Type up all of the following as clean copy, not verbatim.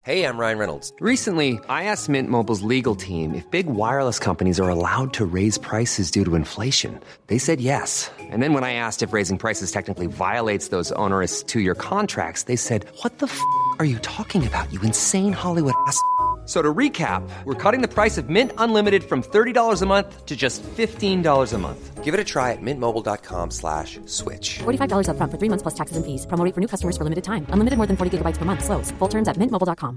Hey, I'm Ryan Reynolds. Recently, I asked Mint Mobile's legal team if big wireless companies are allowed to raise prices due to inflation. They said yes. And then when I asked if raising prices technically violates those onerous two-year contracts, they said, "What the f*** are you talking about, you insane Hollywood ass?" So to recap, we're cutting the price of Mint Unlimited from $30 a month to just $15 a month. Give it a try at mintmobile.com/switch. $45 up front for 3 months plus taxes and fees. Promo rate for new customers for limited time. Unlimited more than 40 gigabytes per month. Slows full terms at mintmobile.com.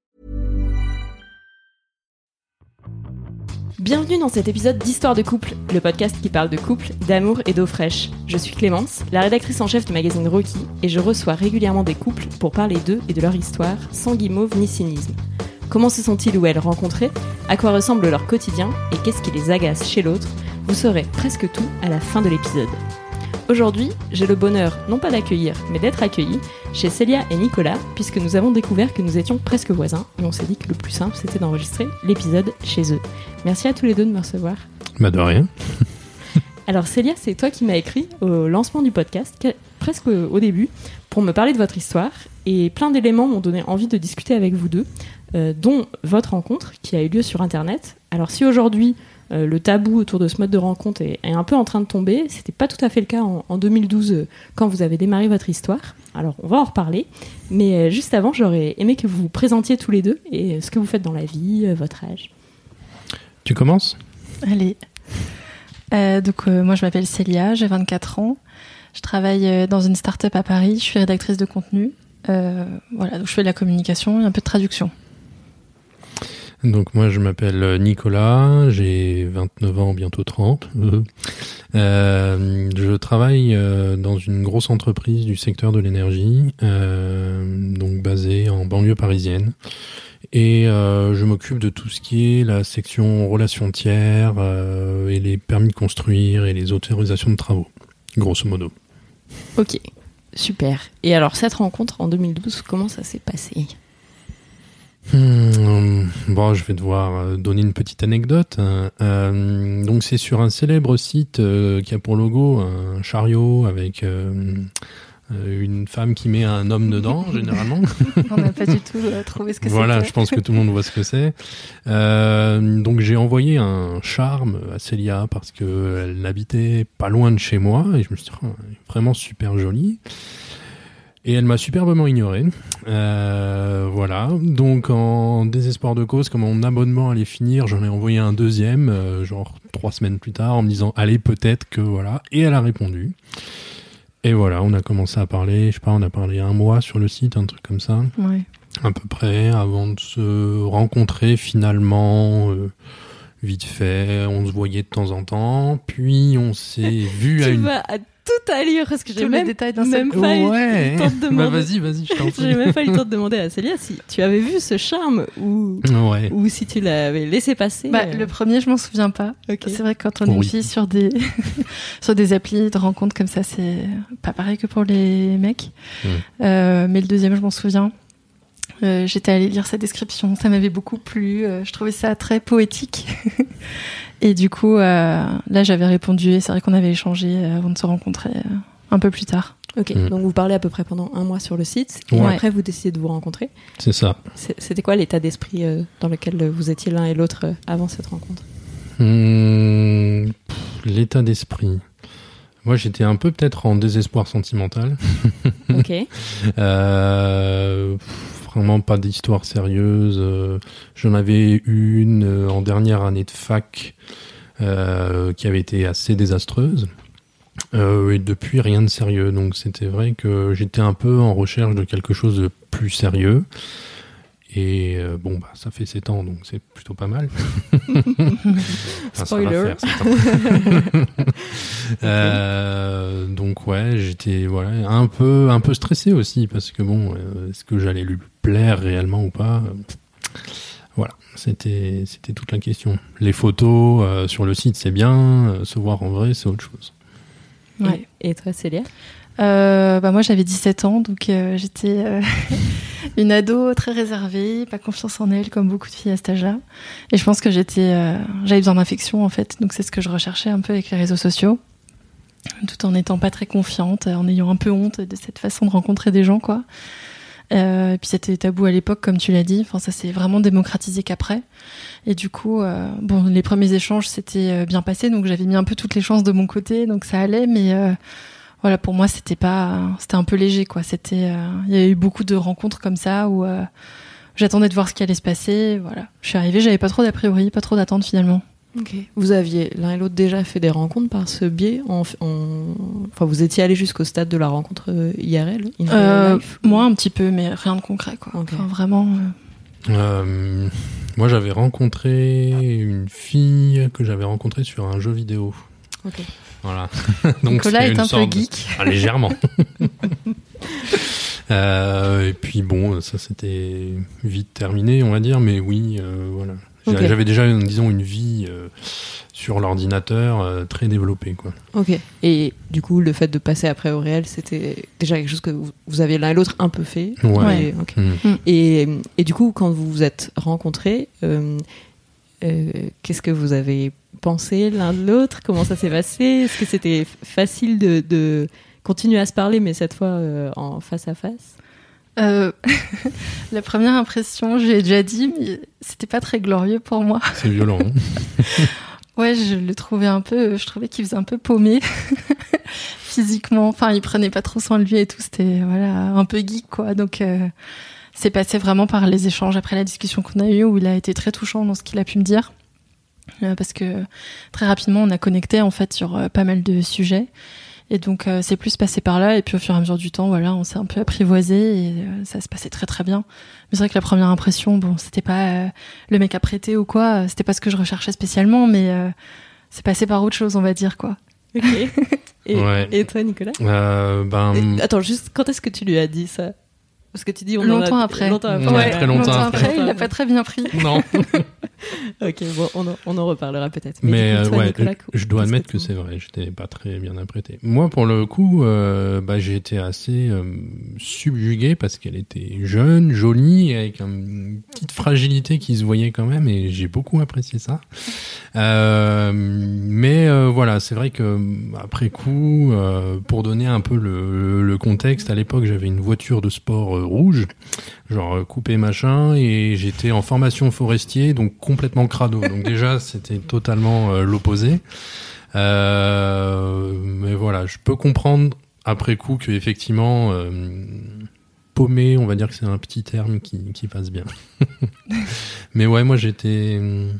Bienvenue dans cet épisode d'Histoire de couple, le podcast qui parle de couple, d'amour et d'eau fraîche. Je suis Clémence, la rédactrice en chef du magazine Rocky, et je reçois régulièrement des couples pour parler d'eux et de leur histoire, sans guimauve ni cynisme. Comment se sont-ils ou elles rencontrés? À quoi ressemble leur quotidien? Et qu'est-ce qui les agace chez l'autre? Vous saurez presque tout à la fin de l'épisode. Aujourd'hui, j'ai le bonheur, non pas d'accueillir, mais d'être accueilli chez Célia et Nicolas, puisque nous avons découvert que nous étions presque voisins, et on s'est dit que le plus simple, c'était d'enregistrer l'épisode chez eux. Merci à tous les deux de me recevoir. Bah de rien. Alors Célia, c'est toi qui m'as écrit au lancement du podcast, presque au début, pour me parler de votre histoire, et plein d'éléments m'ont donné envie de discuter avec vous deux, dont votre rencontre qui a eu lieu sur Internet. Alors si aujourd'hui le tabou autour de ce mode de rencontre est un peu en train de tomber, c'était pas tout à fait le cas en 2012 quand vous avez démarré votre histoire. Alors on va en reparler, mais juste avant j'aurais aimé que vous vous présentiez tous les deux et ce que vous faites dans la vie, votre âge. Tu commences ? Allez. Moi je m'appelle Célia, j'ai 24 ans. Je travaille dans une start-up à Paris, je suis rédactrice de contenu. Donc je fais de la communication et un peu de traduction. Donc moi je m'appelle Nicolas, j'ai 29 ans, bientôt 30. Je travaille dans une grosse entreprise du secteur de l'énergie, donc basée en banlieue parisienne. Et je m'occupe de tout ce qui est la section relations tiers et les permis de construire et les autorisations de travaux, grosso modo. Ok, super. Et alors cette rencontre en 2012, comment ça s'est passé ? Bon, je vais devoir donner une petite anecdote. Donc c'est sur un célèbre site qui a pour logo un chariot avec une femme qui met un homme dedans, généralement. On n'a pas du tout trouvé ce que c'est. Voilà, je pense que tout le monde voit ce que c'est. Donc j'ai envoyé un charme à Célia parce qu'elle habitait pas loin de chez moi et je me suis dit, vraiment super jolie. Et elle m'a superbement ignoré. Voilà. Donc, en désespoir de cause, comme mon abonnement allait finir, j'en ai envoyé un deuxième, genre 3 semaines plus tard, en me disant, allez, peut-être que voilà. Et elle a répondu. Et voilà, on a commencé à parler, je sais pas, on a parlé 1 mois sur le site, un truc comme ça. Ouais. À peu près, avant de se rencontrer finalement, vite fait. On se voyait de temps en temps. Puis, on s'est vu à une... Tout à lire parce que j'ai tous même les détails d'un pas eu le temps de demander. Bah vas-y, je t'en prie. J'ai même pas eu le temps de demander à Célia si tu avais vu ce charme ou si tu l'avais laissé passer. Le premier, je m'en souviens pas. Okay. C'est vrai que quand on est une fille sur des sur des applis de rencontres comme ça, c'est pas pareil que pour les mecs. Mais le deuxième, je m'en souviens. J'étais allée lire sa description, ça m'avait beaucoup plu. Je trouvais ça très poétique. Et du coup, là, j'avais répondu et c'est vrai qu'on avait échangé avant de se rencontrer un peu plus tard. Ok, donc vous parlez à peu près pendant 1 mois sur le site et après vous décidez de vous rencontrer. C'est ça. C'était quoi l'état d'esprit dans lequel vous étiez l'un et l'autre avant cette rencontre ? L'état d'esprit. Moi, j'étais un peu peut-être en désespoir sentimental. Ok. Vraiment pas d'histoire sérieuse. J'en avais une en dernière année de fac qui avait été assez désastreuse. Et depuis, rien de sérieux. Donc c'était vrai que j'étais un peu en recherche de quelque chose de plus sérieux. Et ça fait 7 ans, donc c'est plutôt pas mal. Spoiler. Donc ouais, j'étais un peu stressé aussi parce que est-ce que j'allais lui plaire réellement ou pas ? Voilà, c'était toute la question. Les photos sur le site, c'est bien. Se voir en vrai, c'est autre chose. Ouais. Et toi, Célia ? Moi j'avais 17 ans, donc j'étais une ado très réservée, pas confiance en elle comme beaucoup de filles à cet âge-là, et je pense que j'avais besoin d'affection en fait, donc c'est ce que je recherchais un peu avec les réseaux sociaux, tout en n'étant pas très confiante, en ayant un peu honte de cette façon de rencontrer des gens quoi. Et puis c'était tabou à l'époque, comme tu l'as dit. Enfin, ça s'est vraiment démocratisé qu'après. Et du coup, les premiers échanges s'étaient bien passés, donc j'avais mis un peu toutes les chances de mon côté, donc ça allait. Mais voilà, pour moi, c'était un peu léger, quoi. Il y a eu beaucoup de rencontres comme ça où j'attendais de voir ce qui allait se passer. Voilà, je suis arrivée, j'avais pas trop d'a priori, pas trop d'attentes finalement. Ok. Vous aviez l'un et l'autre déjà fait des rencontres par ce biais Enfin, vous étiez allés jusqu'au stade de la rencontre IRL Moi, un petit peu, mais rien de concret, quoi. Okay. Enfin, vraiment. Moi, j'avais rencontré une fille que j'avais rencontrée sur un jeu vidéo. Ok. Voilà. Donc, Nicolas est un peu geek. Légèrement. Et puis bon, ça c'était vite terminé, on va dire, mais oui, voilà. Okay. J'avais déjà, disons, une vie sur l'ordinateur très développée, quoi. Ok. Et du coup, le fait de passer après au réel, c'était déjà quelque chose que vous aviez l'un et l'autre un peu fait. Ouais. Et, okay. Et du coup, quand vous vous êtes rencontrés, qu'est-ce que vous avez pensé l'un de l'autre ? Comment ça s'est passé ? Est-ce que c'était facile de continuer à se parler, mais cette fois en face à face ? La première impression, j'ai déjà dit, mais c'était pas très glorieux pour moi. C'est violent. Hein. Ouais, je trouvais qu'il faisait un peu paumé physiquement. Enfin, il prenait pas trop soin de lui et tout. C'était un peu geek, quoi. Donc, c'est passé vraiment par les échanges après la discussion qu'on a eue, où il a été très touchant dans ce qu'il a pu me dire, parce que très rapidement, on a connecté en fait sur pas mal de sujets. Et donc, c'est plus passé par là. Et puis, au fur et à mesure du temps, voilà, on s'est un peu apprivoisé et ça se passait très, très bien. Mais c'est vrai que la première impression, bon, c'était pas le mec apprêté ou quoi. C'était pas ce que je recherchais spécialement, mais c'est passé par autre chose, on va dire, quoi. Ok. Et toi, Nicolas Attends, juste, quand est-ce que tu lui as dit ça ? Parce que tu dis longtemps après. Longtemps après. Ouais, très longtemps après. Il l'a pas très bien pris. Non. Ok, bon, on en reparlera peut-être. Mais coup, toi, Nicolas, je dois admettre que c'est vrai, j'étais pas très bien apprêté. Moi, pour le coup, j'ai été assez subjugué parce qu'elle était jeune, jolie, avec une petite fragilité qui se voyait quand même, et j'ai beaucoup apprécié ça. Voilà, c'est vrai que après coup, pour donner un peu le contexte, à l'époque, j'avais une voiture de sport rouge, genre coupé machin, et j'étais en formation forestier, donc complètement crado. Donc déjà, c'était totalement l'opposé. Mais voilà, je peux comprendre après coup que effectivement, paumé, on va dire que c'est un petit terme qui passe bien. Mais ouais, moi j'étais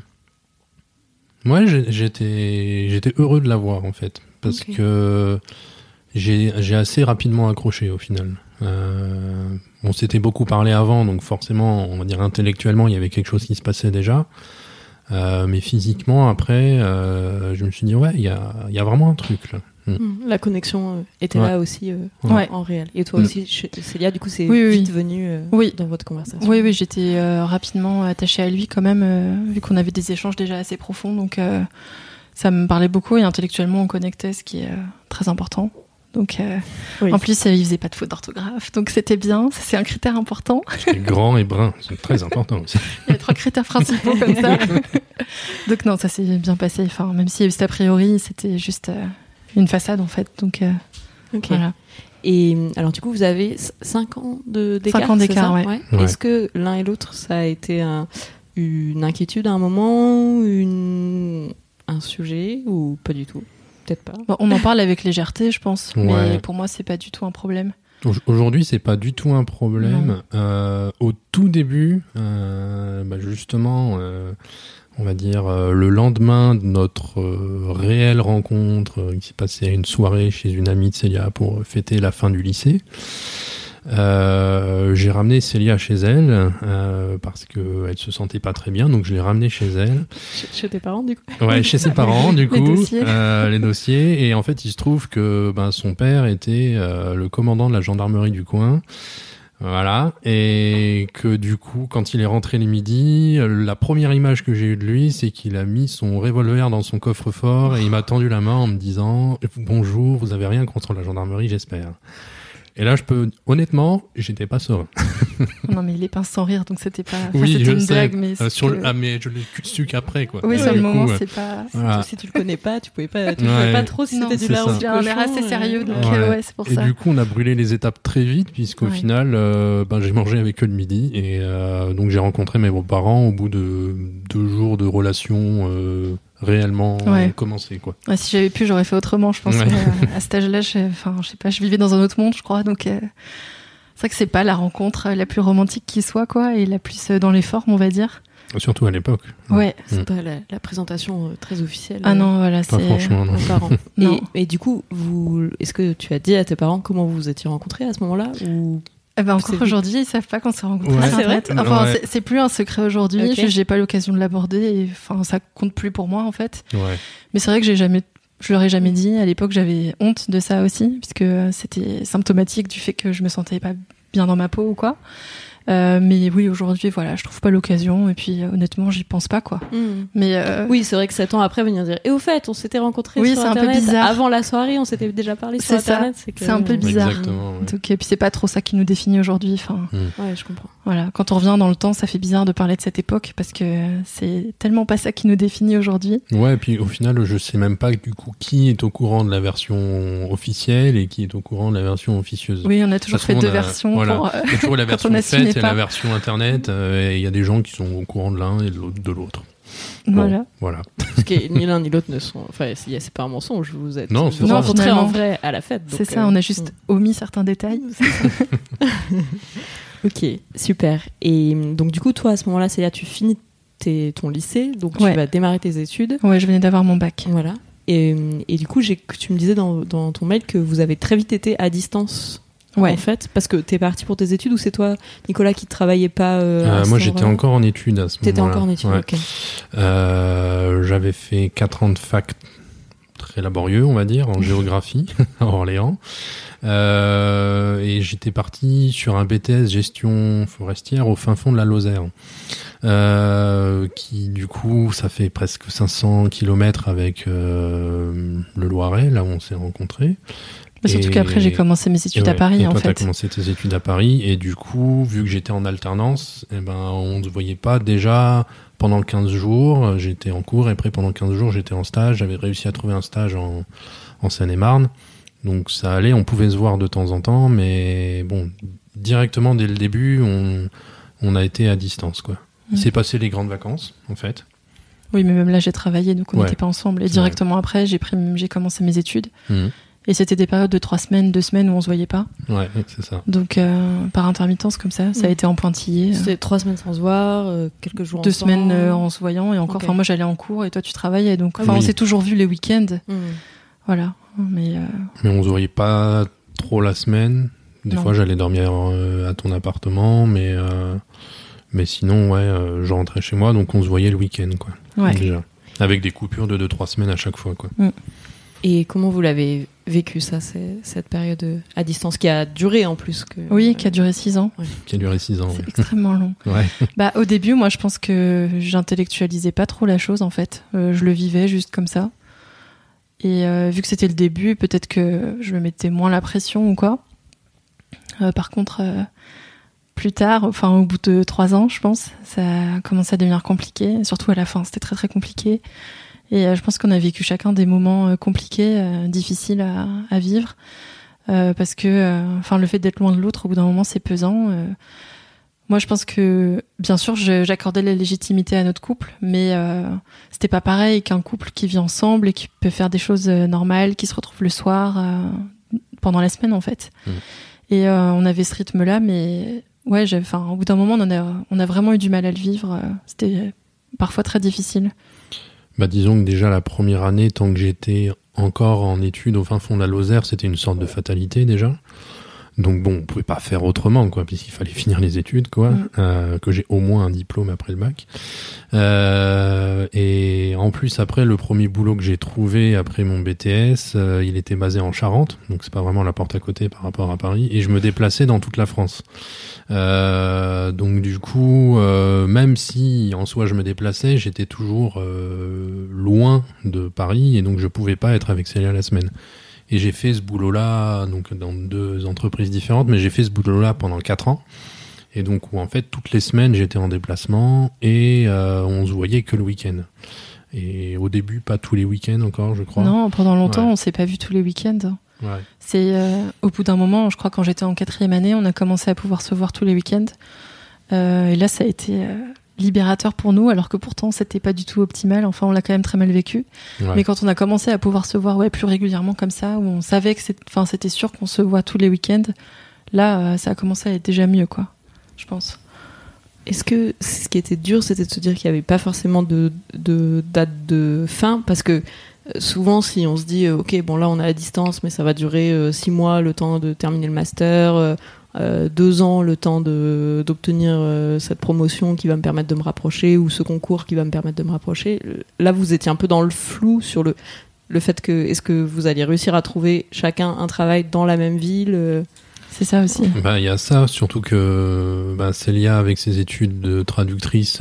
heureux de l'avoir en fait, parce que j'ai assez rapidement accroché au final. On s'était beaucoup parlé avant, donc forcément, on va dire intellectuellement, il y avait quelque chose qui se passait déjà. Mais physiquement, après, je me suis dit, ouais, il y a vraiment un truc là. La connexion était là aussi en réel. Et toi aussi, Célia, du coup, c'est vite venu dans votre conversation. Oui, j'étais rapidement attachée à lui quand même, vu qu'on avait des échanges déjà assez profonds. Donc, ça me parlait beaucoup et intellectuellement, on connectait, ce qui est très important. Donc, en plus, il faisait pas de faute d'orthographe, donc c'était bien. Ça, c'est un critère important. J'étais grand et brun, c'est très important aussi. Il y a 3 critères principaux comme ça. Donc non, ça s'est bien passé. Enfin, même si a priori, c'était juste une façade en fait. Donc voilà. Et alors du coup, vous avez 5 ans d'écart. 5 ans d'écart, c'est ça ouais. Est-ce que l'un et l'autre, ça a été une inquiétude à un moment, un sujet, ou pas du tout? Peut-être pas. Bon, on en parle avec légèreté, je pense, mais pour moi, c'est pas du tout un problème. Aujourd'hui, c'est pas du tout un problème. Au tout début, justement, on va dire le lendemain de notre réelle rencontre qui s'est passée à une soirée chez une amie de Célia pour fêter la fin du lycée. J'ai ramené Célia chez elle parce que elle se sentait pas très bien, donc je l'ai ramenée chez elle. Chez tes parents, du coup. Ouais, chez ses parents, du coup. Les dossiers. Et en fait, il se trouve que son père était le commandant de la gendarmerie du coin. Voilà. Et que du coup, quand il est rentré le midi, la première image que j'ai eue de lui, c'est qu'il a mis son revolver dans son coffre-fort et il m'a tendu la main en me disant « Bonjour, vous avez rien contre la gendarmerie, j'espère ». Et là, honnêtement, j'étais pas serein. Non, mais les pinces sans rire, donc c'était pas. Oui, c'était je une sais. blague, mais. Mais je l'ai su qu'après, quoi. Oui, Et sur du le moment, coup, c'est pas. voilà. Si tu le connais pas, tu pouvais pas trop si Non, c'était du c'est lard ça. ou du J'ai un air cochon, assez sérieux, donc Ouais. c'est pour Et ça. du coup, on a brûlé les étapes très vite, puisqu'au Ouais. final, j'ai mangé avec eux le midi. Et donc, j'ai rencontré mes beaux-parents au bout de 2 jours de relation réellement commencée, quoi. Ouais, si j'avais pu, j'aurais fait autrement, je pense. Ouais. À cet âge-là, je sais pas, je vivais dans un autre monde, je crois. Donc, c'est vrai que c'est pas la rencontre la plus romantique qui soit, quoi, et la plus dans les formes, on va dire. Surtout à l'époque. Ouais. C'est pas la présentation très officielle. Ah non, voilà, Pas c'est. franchement, non. Aux parents. Non. Et du coup, est-ce que tu as dit à tes parents comment vous vous étiez rencontrés à ce moment-là ou... Eh ben, C'est encore vous. aujourd'hui, ils savent pas qu'on s'est rencontrés Ouais. sur Ah, c'est vrai Internet. Enfin, Ouais. c'est plus un secret aujourd'hui. Ok. J'ai pas l'occasion de l'aborder. Et, enfin, ça compte plus pour moi, en fait. Ouais. Mais c'est vrai que je leur ai jamais dit. À l'époque, j'avais honte de ça aussi, puisque c'était symptomatique du fait que je me sentais pas bien dans ma peau ou quoi. Mais oui, aujourd'hui, voilà, je trouve pas l'occasion. Et puis, honnêtement, j'y pense pas, quoi. Mais Oui, c'est vrai que 7 ans après, venir dire. Et au fait, on s'était rencontrés Oui, sur c'est un peu Internet. bizarre. Avant la soirée, on s'était déjà parlé sur C'est ça. Internet. C'est un peu bizarre. Exactement. Ouais. donc, et puis c'est pas trop ça qui nous définit aujourd'hui. Enfin, Ouais, je comprends. voilà, quand on revient dans le temps, ça fait bizarre de parler de cette époque parce que c'est tellement pas ça qui nous définit aujourd'hui. Ouais, et puis au final, je sais même pas du coup qui est au courant de la version officielle et qui est au courant de la version officieuse. Oui, on a toujours Parce fait qu'on 2 a- versions. voilà. Pour, Il y a toujours la quand version on assumait faite et pas. la version internet. Et il y a des gens qui sont au courant de l'un et de l'autre. Bon, Voilà. voilà. Parce que ni l'un ni l'autre ne sont. Enfin, c'est pas un mensonge. Vous êtes Non, c'est vous ça. rencontrés Non, en finalement. vrai à la fête. C'est ça, on a juste omis certains détails. Ok, super. Et donc, du coup, toi, à ce moment-là, c'est là tu finis ton lycée, donc tu Ouais. vas démarrer tes études. Ouais, je venais d'avoir mon bac. Voilà. Et du coup, tu me disais dans ton mail que vous avez très vite été à distance. Ouais. En fait, parce que t'es parti pour tes études ou c'est toi, Nicolas, qui travaillait pas à ce Moi, j'étais moment-là encore en études à ce moment-là. T'étais encore en études, Ouais. ok. J'avais fait 4 ans de fac très laborieux, on va dire, en géographie à Orléans. Et j'étais parti sur un BTS gestion forestière au fin fond de la Lozère. Qui, du coup, ça fait presque 500 kilomètres avec le Loiret, là où on s'est rencontrés. Mais surtout qu'après, j'ai commencé mes études à Paris, et en toi, t'as fait. commencé tes études à Paris, et du coup, vu que j'étais en alternance, on ne se voyait pas déjà pendant 15 jours. J'étais en cours, et après, pendant 15 jours, j'étais en stage. J'avais réussi à trouver un stage en Seine-et-Marne. Donc, ça allait, on pouvait se voir de temps en temps, mais bon, directement, dès le début, on a été à distance, quoi. Il s'est passé les grandes vacances, en fait. Oui, mais même là, j'ai travaillé, donc on Ouais. n'était pas ensemble. Et directement après, j'ai commencé mes études. Mhm. Et c'était des périodes de 3 semaines, 2 semaines où on se voyait pas. Ouais, c'est ça. Donc, par intermittence, comme ça a été en pointillé. C'était 3 semaines sans se voir, quelques jours 2 ensemble. semaines en se voyant. Et encore, Ok. enfin, moi, j'allais en cours et toi, tu travaillais. Donc, Ah enfin, oui. on s'est toujours vu les week-ends. Hmm. Voilà. Mais Mais on se voyait pas trop la semaine. Des Non. fois, j'allais dormir à ton appartement, mais sinon, ouais, je rentrais chez moi, donc on se voyait le week-end, quoi. ouais. Déjà. Avec des coupures de 2-3 semaines à chaque fois, quoi. Et comment vous l'avez vécu, ça, cette période à distance qui a duré en plus que... Oui, qui a duré 6 ans. Qui a duré 6 ans. C'est extrêmement long. Ouais. Bah, au début, moi, je pense que j'intellectualisais pas trop la chose, en fait. Je le vivais juste comme ça. Et vu que c'était le début, peut-être que je me mettais moins la pression ou quoi. Par contre, plus tard, enfin, au bout de 3 ans, je pense, ça a commencé à devenir compliqué. Surtout à la fin, c'était très, très compliqué. Et je pense qu'on a vécu chacun des moments compliqués, difficiles à vivre. Parce que, enfin, le fait d'être loin de l'autre, au bout d'un moment, c'est pesant. Moi, je pense que, bien sûr, j'accordais la légitimité à notre couple, mais c'était pas pareil qu'un couple qui vit ensemble et qui peut faire des choses normales, qui se retrouve le soir, pendant la semaine, en fait. Et on avait ce rythme-là, mais ouais, au bout d'un moment, on a vraiment eu du mal à le vivre. C'était parfois très difficile. Bah, disons que déjà la première année, tant que j'étais encore en études au fin fond de la Lozère, c'était une sorte de fatalité déjà. Donc bon, on pouvait pas faire autrement, quoi, puisqu'il fallait finir les études, quoi, que j'ai au moins un diplôme après le bac. Et en plus, après, le premier boulot que j'ai trouvé après mon BTS, il était basé en Charente, donc c'est pas vraiment la porte à côté par rapport à Paris, et je me déplaçais dans toute la France. Donc du coup, même si en soi je me déplaçais, j'étais toujours loin de Paris, et donc je pouvais pas être avec Célia la semaine. Et j'ai fait ce boulot-là, donc dans 2 entreprises différentes, mais j'ai fait ce boulot-là pendant 4 ans. Et donc, où en fait, toutes les semaines, j'étais en déplacement et on se voyait que le week-end. Et au début, pas tous les week-ends encore, je crois. Non, pendant longtemps, on s'est pas vu tous les week-ends. Ouais. C'est au bout d'un moment, je crois quand j'étais en 4e année, on a commencé à pouvoir se voir tous les week-ends. Et là, ça a été libérateur pour nous, alors que pourtant, c'était pas du tout optimal. Enfin, on l'a quand même très mal vécu. Ouais. Mais quand on a commencé à pouvoir se voir plus régulièrement comme ça, où on savait que c'était sûr qu'on se voit tous les week-ends, là, ça a commencé à être déjà mieux, quoi, je pense. Est-ce que ce qui était dur, c'était de se dire qu'il n'y avait pas forcément de date de fin? Parce que souvent, si on se dit, ok, bon là on est à distance, mais ça va durer 6 mois, le temps de terminer le master, 2 ans, le temps d'obtenir cette promotion qui va me permettre de me rapprocher, ou ce concours qui va me permettre de me rapprocher. Là, vous étiez un peu dans le flou sur le fait que, est-ce que vous alliez réussir à trouver chacun un travail dans la même ville? C'est ça aussi. Il y a ça, surtout que Célia, avec ses études de traductrice,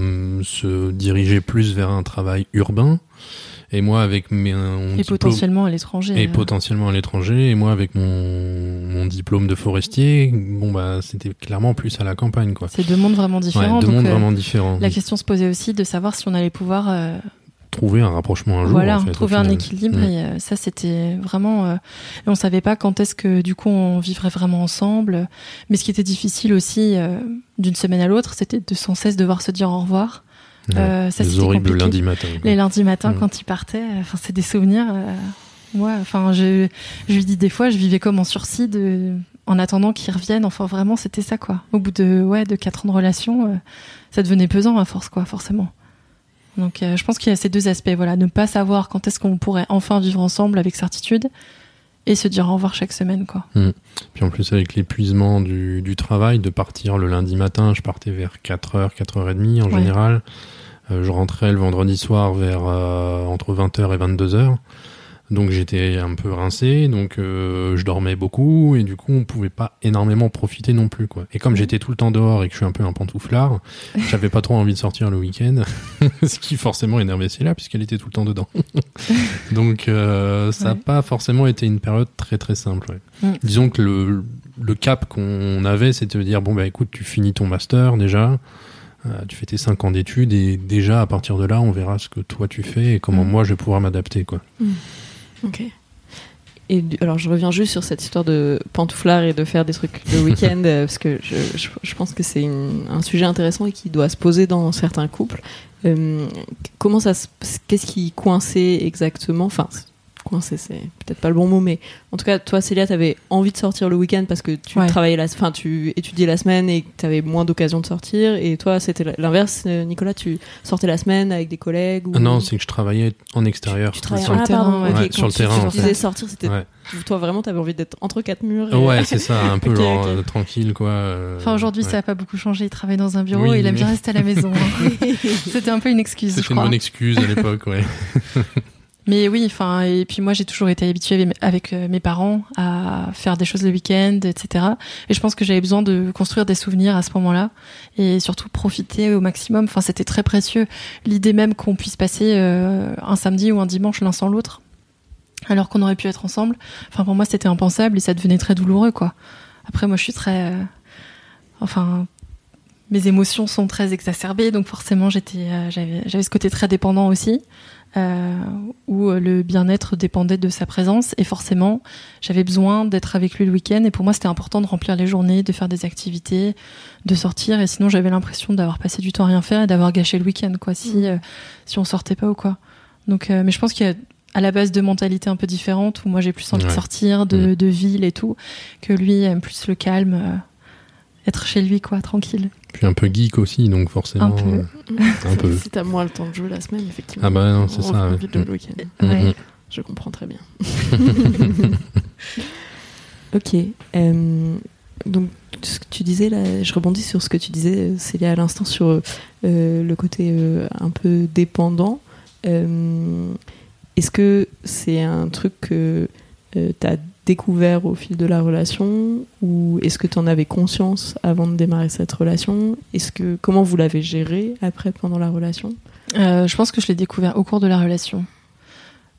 se dirigeait plus vers un travail urbain. Et moi, avec mon diplôme... potentiellement à l'étranger. Et potentiellement à l'étranger. Et moi, avec mon diplôme de forestier, c'était clairement plus à la campagne, quoi. C'est 2 mondes vraiment différents. Ouais, 2 mondes vraiment différents. La question se posait aussi de savoir si on allait pouvoir... trouver un rapprochement un jour. Voilà, en fait, trouver un équilibre. Et ça, c'était vraiment... et on savait pas quand est-ce que, du coup, on vivrait vraiment ensemble. Mais ce qui était difficile aussi, d'une semaine à l'autre, c'était de sans cesse devoir se dire au revoir. Ouais, ça, les horribles lundis matins. Les lundis matins, quand il partait, c'est des souvenirs. Moi, je lui dis des fois, je vivais comme en sursis en attendant qu'il revienne. Enfin, vraiment, c'était ça, quoi. Au bout de 4 ans de relation, ça devenait pesant à force, quoi, forcément. Donc, je pense qu'il y a ces 2 aspects. Voilà, ne pas savoir quand est-ce qu'on pourrait enfin vivre ensemble avec certitude, et se dire au revoir chaque semaine, quoi. Puis en plus, avec l'épuisement du travail, de partir le lundi matin, je partais vers 4h, 4h30 en général. Je rentrais le vendredi soir vers entre 20h et 22h. Donc j'étais un peu rincé, donc je dormais beaucoup, et du coup on pouvait pas énormément profiter non plus, quoi. Et comme j'étais tout le temps dehors et que je suis un peu un pantouflard, j'avais pas trop envie de sortir le week-end, ce qui forcément énervait Célia puisqu'elle était tout le temps dedans. Donc ça a pas forcément été une période très très simple. Ouais. Disons que le cap qu'on avait, c'était de dire écoute, tu finis ton master déjà. Tu fais tes 5 ans d'études, et déjà à partir de là on verra ce que toi tu fais et comment moi je vais pouvoir m'adapter, quoi. Ok. Et alors je reviens juste sur cette histoire de pantouflard et de faire des trucs le week-end, parce que je pense que c'est un sujet intéressant et qui doit se poser dans certains couples. Qu'est-ce qui coinçait exactement? Enfin, coincé, c'est peut-être pas le bon mot, mais en tout cas, toi, Célia, t'avais envie de sortir le week-end parce que tu travaillais tu étudiais la semaine et que t'avais moins d'occasions de sortir. Et toi, c'était l'inverse, Nicolas, tu sortais la semaine avec des collègues ou... Non, c'est que je travaillais en extérieur. Tu travaillais sur le terrain. Okay, sur le terrain. Tu disais sortir, c'était... Toi, vraiment, t'avais envie d'être entre 4 murs. Ouais, c'est ça, un peu tranquille, quoi. Enfin, aujourd'hui, ça a pas beaucoup changé. Il travaille dans un bureau et il aime bien rester à la maison. C'était un peu une excuse, je crois. C'était une bonne excuse à l'époque, ouais. Mais oui, enfin, et puis moi j'ai toujours été habituée avec mes parents à faire des choses le week-end, etc. Et je pense que j'avais besoin de construire des souvenirs à ce moment-là et surtout profiter au maximum. Enfin, c'était très précieux. L'idée même qu'on puisse passer un samedi ou un dimanche l'un sans l'autre, alors qu'on aurait pu être ensemble. Enfin, pour moi c'était impensable et ça devenait très douloureux, quoi. Après, moi je suis très, mes émotions sont très exacerbées, donc forcément j'avais ce côté très dépendant aussi. Où le bien-être dépendait de sa présence et forcément j'avais besoin d'être avec lui le week-end et pour moi c'était important de remplir les journées, de faire des activités, de sortir, et sinon j'avais l'impression d'avoir passé du temps à rien faire et d'avoir gâché le week-end, quoi, si on sortait pas ou quoi. Donc mais je pense qu'il y a à la base 2 mentalités un peu différentes où moi j'ai plus envie de sortir, de ville et tout, que lui aime plus le calme, être chez lui, quoi, tranquille. Puis un peu geek aussi, donc forcément. Un peu. Si t'as moins le temps de jouer la semaine, effectivement. Ah bah non, c'est ça. Vite le week-end. Ouais. Je comprends très bien. Ok. Donc, ce que tu disais là, je rebondis sur ce que tu disais, Célia, à l'instant, sur le côté un peu dépendant. Est-ce que c'est un truc que t'as découvert au fil de la relation, ou est-ce que tu en avais conscience avant de démarrer cette relation? Comment vous l'avez géré après, pendant la relation? Je pense que je l'ai découvert au cours de la relation.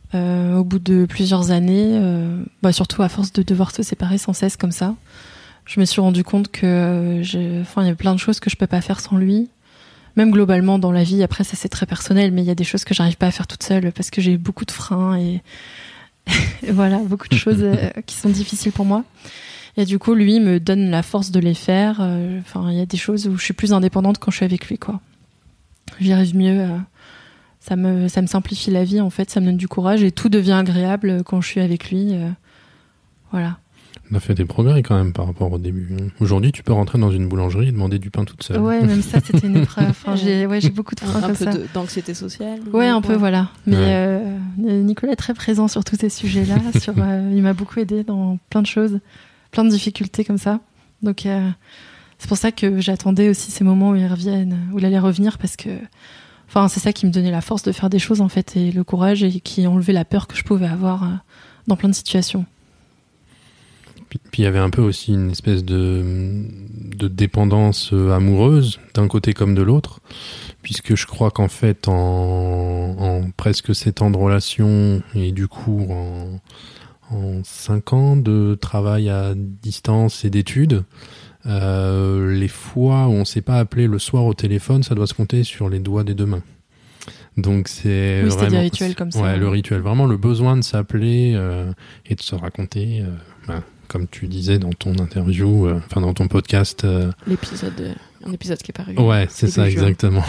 Au bout de plusieurs années, surtout à force de devoir se séparer sans cesse comme ça, je me suis rendu compte que il y a plein de choses que je peux pas faire sans lui. Même globalement dans la vie, après ça c'est très personnel, mais il y a des choses que j'arrive pas à faire toute seule parce que j'ai beaucoup de freins et voilà, beaucoup de choses qui sont difficiles pour moi. Et du coup, lui me donne la force de les faire. Il y a des choses où je suis plus indépendante quand je suis avec lui, quoi. J'y arrive mieux. Ça me simplifie la vie, en fait. Ça me donne du courage et tout devient agréable quand je suis avec lui. Voilà. On a fait des progrès quand même par rapport au début. Aujourd'hui, tu peux rentrer dans une boulangerie et demander du pain toute seule. Ouais, même ça, c'était une épreuve. J'ai beaucoup de freins comme ça. Un peu d'anxiété sociale. Ouais, un peu, voilà. Mais Nicolas est très présent sur tous ces sujets-là. Il m'a beaucoup aidé dans plein de choses, plein de difficultés comme ça. Donc, c'est pour ça que j'attendais aussi ces moments où il allait revenir, parce que c'est ça qui me donnait la force de faire des choses, en fait, et le courage, et qui enlevait la peur que je pouvais avoir dans plein de situations. Puis il y avait un peu aussi une espèce de dépendance amoureuse d'un côté comme de l'autre, puisque je crois qu'en fait en presque 7 ans de relation et du coup en 5 ans de travail à distance et d'études, les fois où on s'est pas appelé le soir au téléphone, ça doit se compter sur les doigts des 2 mains. Donc c'est oui, vraiment c'était des rituels comme ça. Ouais, le rituel, vraiment le besoin de s'appeler et de se raconter. Comme tu disais dans ton interview, dans ton podcast. Un épisode qui est paru. Ouais, c'est ça, exactement.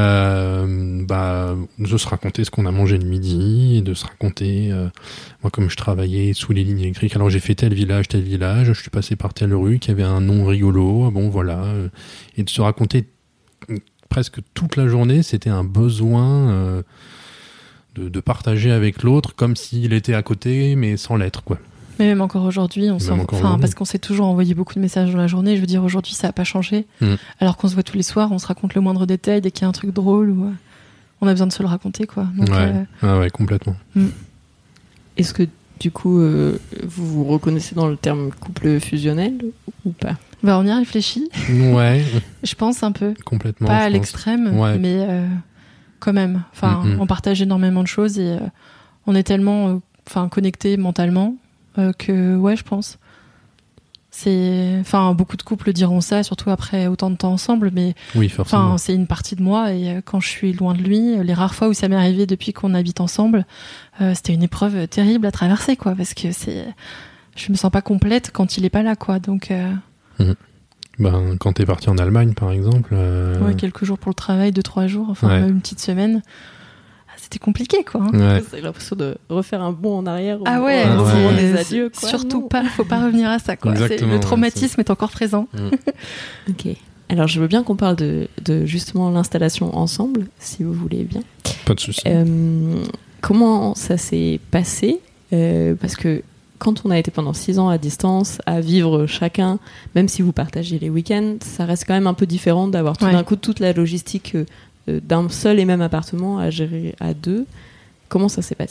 De se raconter ce qu'on a mangé le midi, de se raconter, moi comme je travaillais sous les lignes électriques, alors j'ai fait tel village, je suis passé par telle rue qui avait un nom rigolo, et de se raconter presque toute la journée, c'était un besoin de partager avec l'autre comme s'il était à côté, mais sans l'être, quoi. Mais même encore aujourd'hui, parce qu'on s'est toujours envoyé beaucoup de messages dans la journée. Je veux dire, aujourd'hui, ça n'a pas changé. Alors qu'on se voit tous les soirs, on se raconte le moindre détail dès qu'il y a un truc drôle ou on a besoin de se le raconter, quoi. Donc, ouais, complètement. Est-ce que du coup, vous vous reconnaissez dans le terme couple fusionnel ou pas ? On y a réfléchi. Ouais. Je pense un peu. Complètement. Pas à l'extrême, mais quand même. On partage énormément de choses et on est tellement connectés mentalement. Je pense. Beaucoup de couples diront ça, surtout après autant de temps ensemble, mais oui, forcément. C'est une partie de moi, et quand je suis loin de lui, les rares fois où ça m'est arrivé depuis qu'on habite ensemble, c'était une épreuve terrible à traverser, quoi, parce que je me sens pas complète quand il est pas là, quoi. Donc quand t'es parti en Allemagne, par exemple, quelques jours pour le travail, 2-3 jours, une petite semaine. C'était compliqué, quoi. Ouais. C'est l'impression de refaire un bond en arrière. Des adieux, quoi. Surtout pas, faut pas revenir à ça, quoi. Le traumatisme est encore présent. Ok. Alors, je veux bien qu'on parle de justement l'installation ensemble, si vous voulez bien. Pas de souci. Comment ça s'est passé ? Parce que quand on a été pendant 6 ans à distance, à vivre chacun, même si vous partagez les week-ends, ça reste quand même un peu différent d'avoir tout d'un coup toute la logistique d'un seul et même appartement à gérer à 2. Comment ça s'est passé ?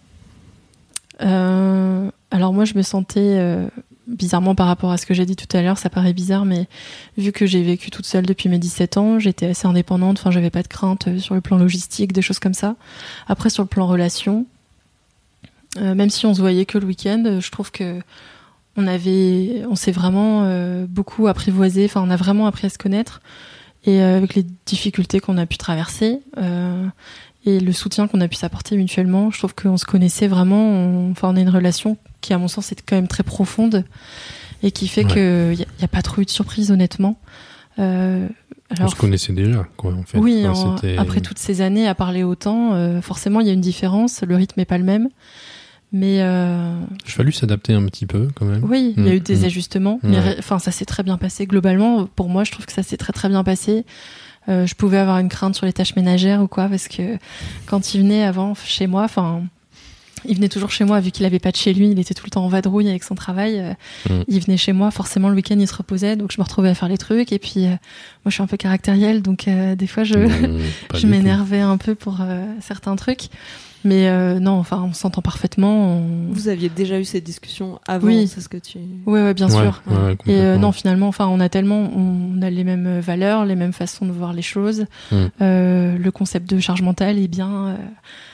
Alors moi, je me sentais bizarrement par rapport à ce que j'ai dit tout à l'heure, ça paraît bizarre, mais vu que j'ai vécu toute seule depuis mes 17 ans, j'étais assez indépendante, j'avais pas de crainte sur le plan logistique, des choses comme ça. Après, sur le plan relation, même si on se voyait que le week-end, je trouve que on s'est vraiment beaucoup apprivoisé, on a vraiment appris à se connaître. Et avec les difficultés qu'on a pu traverser et le soutien qu'on a pu s'apporter mutuellement, je trouve qu'on se connaissait vraiment. On a une relation qui, à mon sens, est quand même très profonde et qui fait qu'il n'y a pas trop eu de surprise, honnêtement. On se connaissait déjà, quoi, en fait. Oui, après toutes ces années à parler autant, forcément, il y a une différence. Le rythme n'est pas le même. Mais il a fallu s'adapter un petit peu quand même. Oui, il y a eu des ajustements, mais ça s'est très bien passé. Globalement, pour moi, je trouve que ça s'est très très bien passé. Je pouvais avoir une crainte sur les tâches ménagères ou quoi, parce que quand il venait avant chez moi, il venait toujours chez moi vu qu'il avait pas de chez lui, il était tout le temps en vadrouille avec son travail. Il venait chez moi, forcément le week-end il se reposait, donc je me retrouvais à faire les trucs. Et puis moi je suis un peu caractérielle, donc des fois je m'énervais un peu pour certains trucs. Mais non, on s'entend parfaitement. Vous aviez déjà eu cette discussion avant, c'est ce que tu... Oui, bien sûr. Et non, finalement, on a les mêmes valeurs, les mêmes façons de voir les choses. Le concept de charge mentale est bien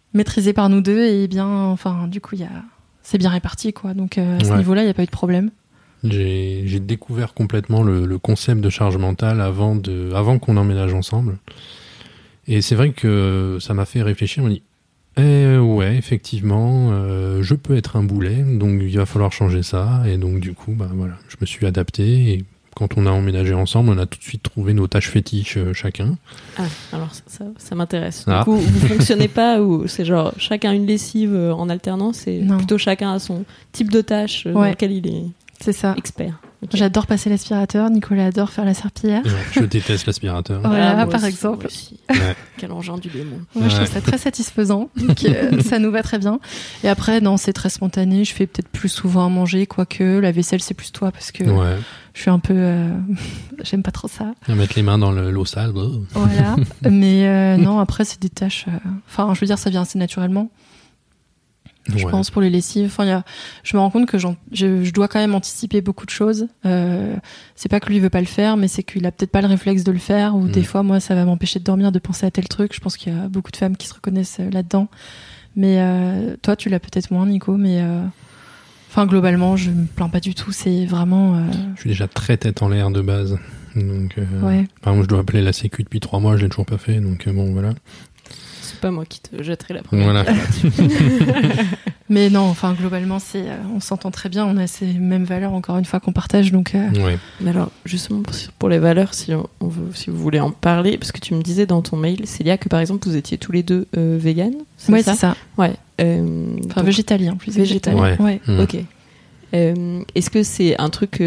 maîtrisé par nous deux et bien, enfin, du coup, c'est bien réparti, quoi. Donc, à ce niveau-là, il n'y a pas eu de problème. J'ai découvert complètement le concept de charge mentale avant qu'on emménage ensemble. Et c'est vrai que ça m'a fait réfléchir. On m'a dit, ouais, effectivement, je peux être un boulet, donc il va falloir changer ça. Et donc, du coup, voilà, je me suis adapté. Et quand on a emménagé ensemble, on a tout de suite trouvé nos tâches fétiches chacun. Ah, alors ça m'intéresse. Du coup, vous fonctionnez pas où c'est genre chacun une lessive en alternance, et plutôt chacun a son type de tâche dans lequel il est expert. Okay. J'adore passer l'aspirateur, Nicolas adore faire la serpillière. Ouais, je déteste l'aspirateur. Voilà, par exemple. Aussi. Quel engin du démon. Moi, je trouve ça très satisfaisant, donc ça nous va très bien. Et après, non, c'est très spontané. Je fais peut-être plus souvent à manger, quoique la vaisselle, c'est plus toi, parce que je suis un peu... j'aime pas trop ça. Mettre les mains dans l'eau sale. Voilà. Mais non, après, c'est des tâches... Enfin, je veux dire, ça vient assez naturellement. Je pense pour les lessives. Enfin, je me rends compte que je dois quand même anticiper beaucoup de choses. C'est pas que lui veut pas le faire, mais c'est qu'il a peut-être pas le réflexe de le faire. Ou des fois, moi, ça va m'empêcher de dormir, de penser à tel truc. Je pense qu'il y a beaucoup de femmes qui se reconnaissent là-dedans. Mais toi, tu l'as peut-être moins, Nico. Mais enfin, globalement, je me plains pas du tout. C'est vraiment. Je suis déjà très tête en l'air de base. Donc, par exemple, je dois appeler la Sécu depuis 3 mois. Je l'ai toujours pas fait. Donc bon, voilà. C'est pas moi qui te jetterai la première. Voilà. Mais non, enfin globalement, on s'entend très bien, on a ces mêmes valeurs encore une fois qu'on partage, donc. Mais alors justement pour les valeurs, si vous voulez en parler, parce que tu me disais dans ton mail, Célia, que par exemple vous étiez tous les deux véganes. Ouais, c'est ça. Ouais. Enfin végétalien, plus végétalien. Ouais. Ok. Est-ce que c'est un truc,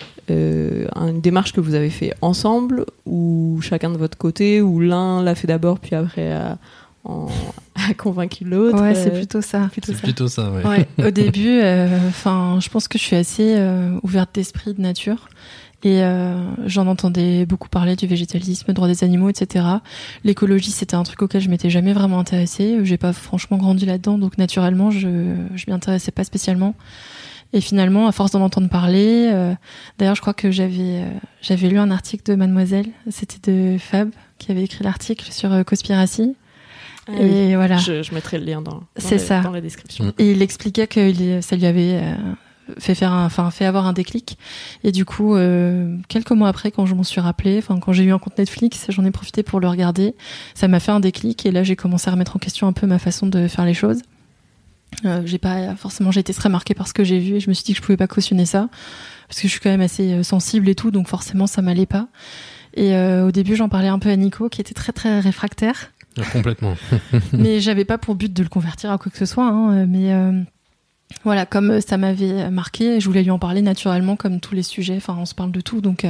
une démarche que vous avez fait ensemble, ou chacun de votre côté, ou l'un l'a fait d'abord puis après a convaincu l'autre? Ouais, c'est plutôt ça. Plutôt ça, ouais. Ouais. Au début, je pense que je suis assez ouverte d'esprit, de nature. Et j'en entendais beaucoup parler du végétalisme, droit des animaux, etc. L'écologie, c'était un truc auquel je m'étais jamais vraiment intéressée. J'ai pas franchement grandi là-dedans, donc naturellement, je m'y intéressais pas spécialement. Et finalement, à force d'en entendre parler, d'ailleurs, je crois que j'avais lu un article de Mademoiselle, c'était de Fab, qui avait écrit l'article sur Cospiracy. Et voilà. Je mettrai le lien dans la description. Et il expliquait que ça lui avait fait avoir un déclic. Et du coup, quelques mois après, quand je m'en suis rappelé, quand j'ai eu un compte Netflix, j'en ai profité pour le regarder. Ça m'a fait un déclic, et là, j'ai commencé à remettre en question un peu ma façon de faire les choses. J'ai été très marquée par ce que j'ai vu, et je me suis dit que je pouvais pas cautionner ça, parce que je suis quand même assez sensible et tout, donc forcément ça m'allait pas. Et au début, j'en parlais un peu à Nico, qui était très très réfractaire. Complètement. Mais j'avais pas pour but de le convertir à quoi que ce soit, hein, mais voilà, comme ça m'avait marqué, je voulais lui en parler naturellement, comme tous les sujets, on se parle de tout, donc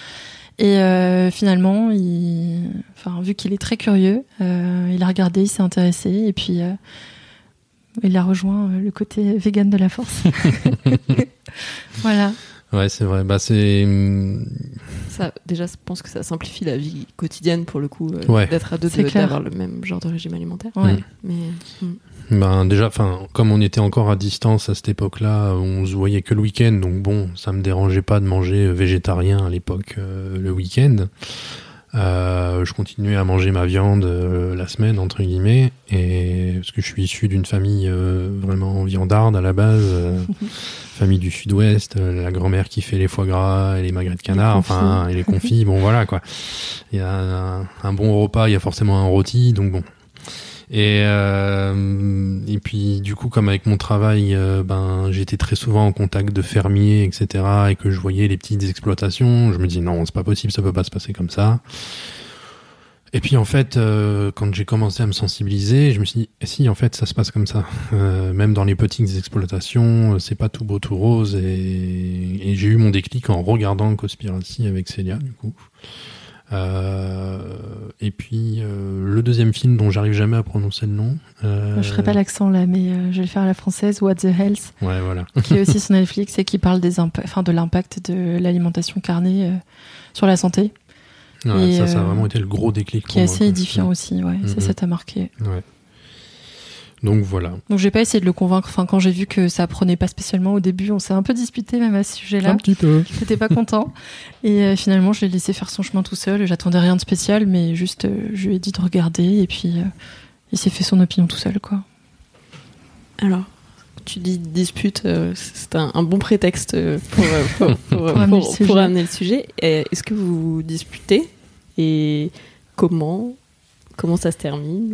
finalement, vu qu'il est très curieux, il a regardé, il s'est intéressé, et puis il a rejoint le côté vegan de la force. Voilà. Ouais, c'est vrai. Ça, déjà, je pense que ça simplifie la vie quotidienne, pour le coup, d'être à deux, d'avoir le même genre de régime alimentaire. Ouais. Mais, déjà, comme on était encore à distance à cette époque-là, on se voyait que le week-end, donc bon, ça me dérangeait pas de manger végétarien à l'époque le week-end. Je continuais à manger ma viande la semaine, entre guillemets, et parce que je suis issu d'une famille vraiment viandarde à la base, famille du sud-ouest, la grand-mère qui fait les foie gras et les magrets de canard, et les confits, bon voilà quoi. Il y a un bon repas, il y a forcément un rôti, donc bon. Et puis du coup, comme avec mon travail, j'étais très souvent en contact de fermiers, etc., et que je voyais les petites exploitations, je me dis non, c'est pas possible, ça peut pas se passer comme ça. Et puis en fait, quand j'ai commencé à me sensibiliser, je me suis dit si, en fait, ça se passe comme ça. Même dans les petites exploitations, c'est pas tout beau tout rose. Et j'ai eu mon déclic en regardant Cospiracy avec Célia, du coup. Et puis le deuxième film dont j'arrive jamais à prononcer le nom. Je ferai pas l'accent là, mais je vais le faire à la française. What the Health. Ouais, voilà. Qui est aussi sur Netflix et qui parle de l'impact de l'alimentation carnée sur la santé. Ouais, ça a vraiment été le gros déclic. Qui est assez édifiant aussi, ouais. Ça t'a marqué. Ouais. Donc voilà. Donc j'ai pas essayé de le convaincre. Quand j'ai vu que ça prenait pas spécialement au début, on s'est un peu disputé même à ce sujet-là. Un petit peu. J'étais pas content. Et finalement, je l'ai laissé faire son chemin tout seul. J'attendais rien de spécial, mais juste, je lui ai dit de regarder. Et puis il s'est fait son opinion tout seul, quoi. Alors, tu dis dispute, c'est un bon prétexte pour amener le sujet. Est-ce que vous vous disputez et comment ça se termine?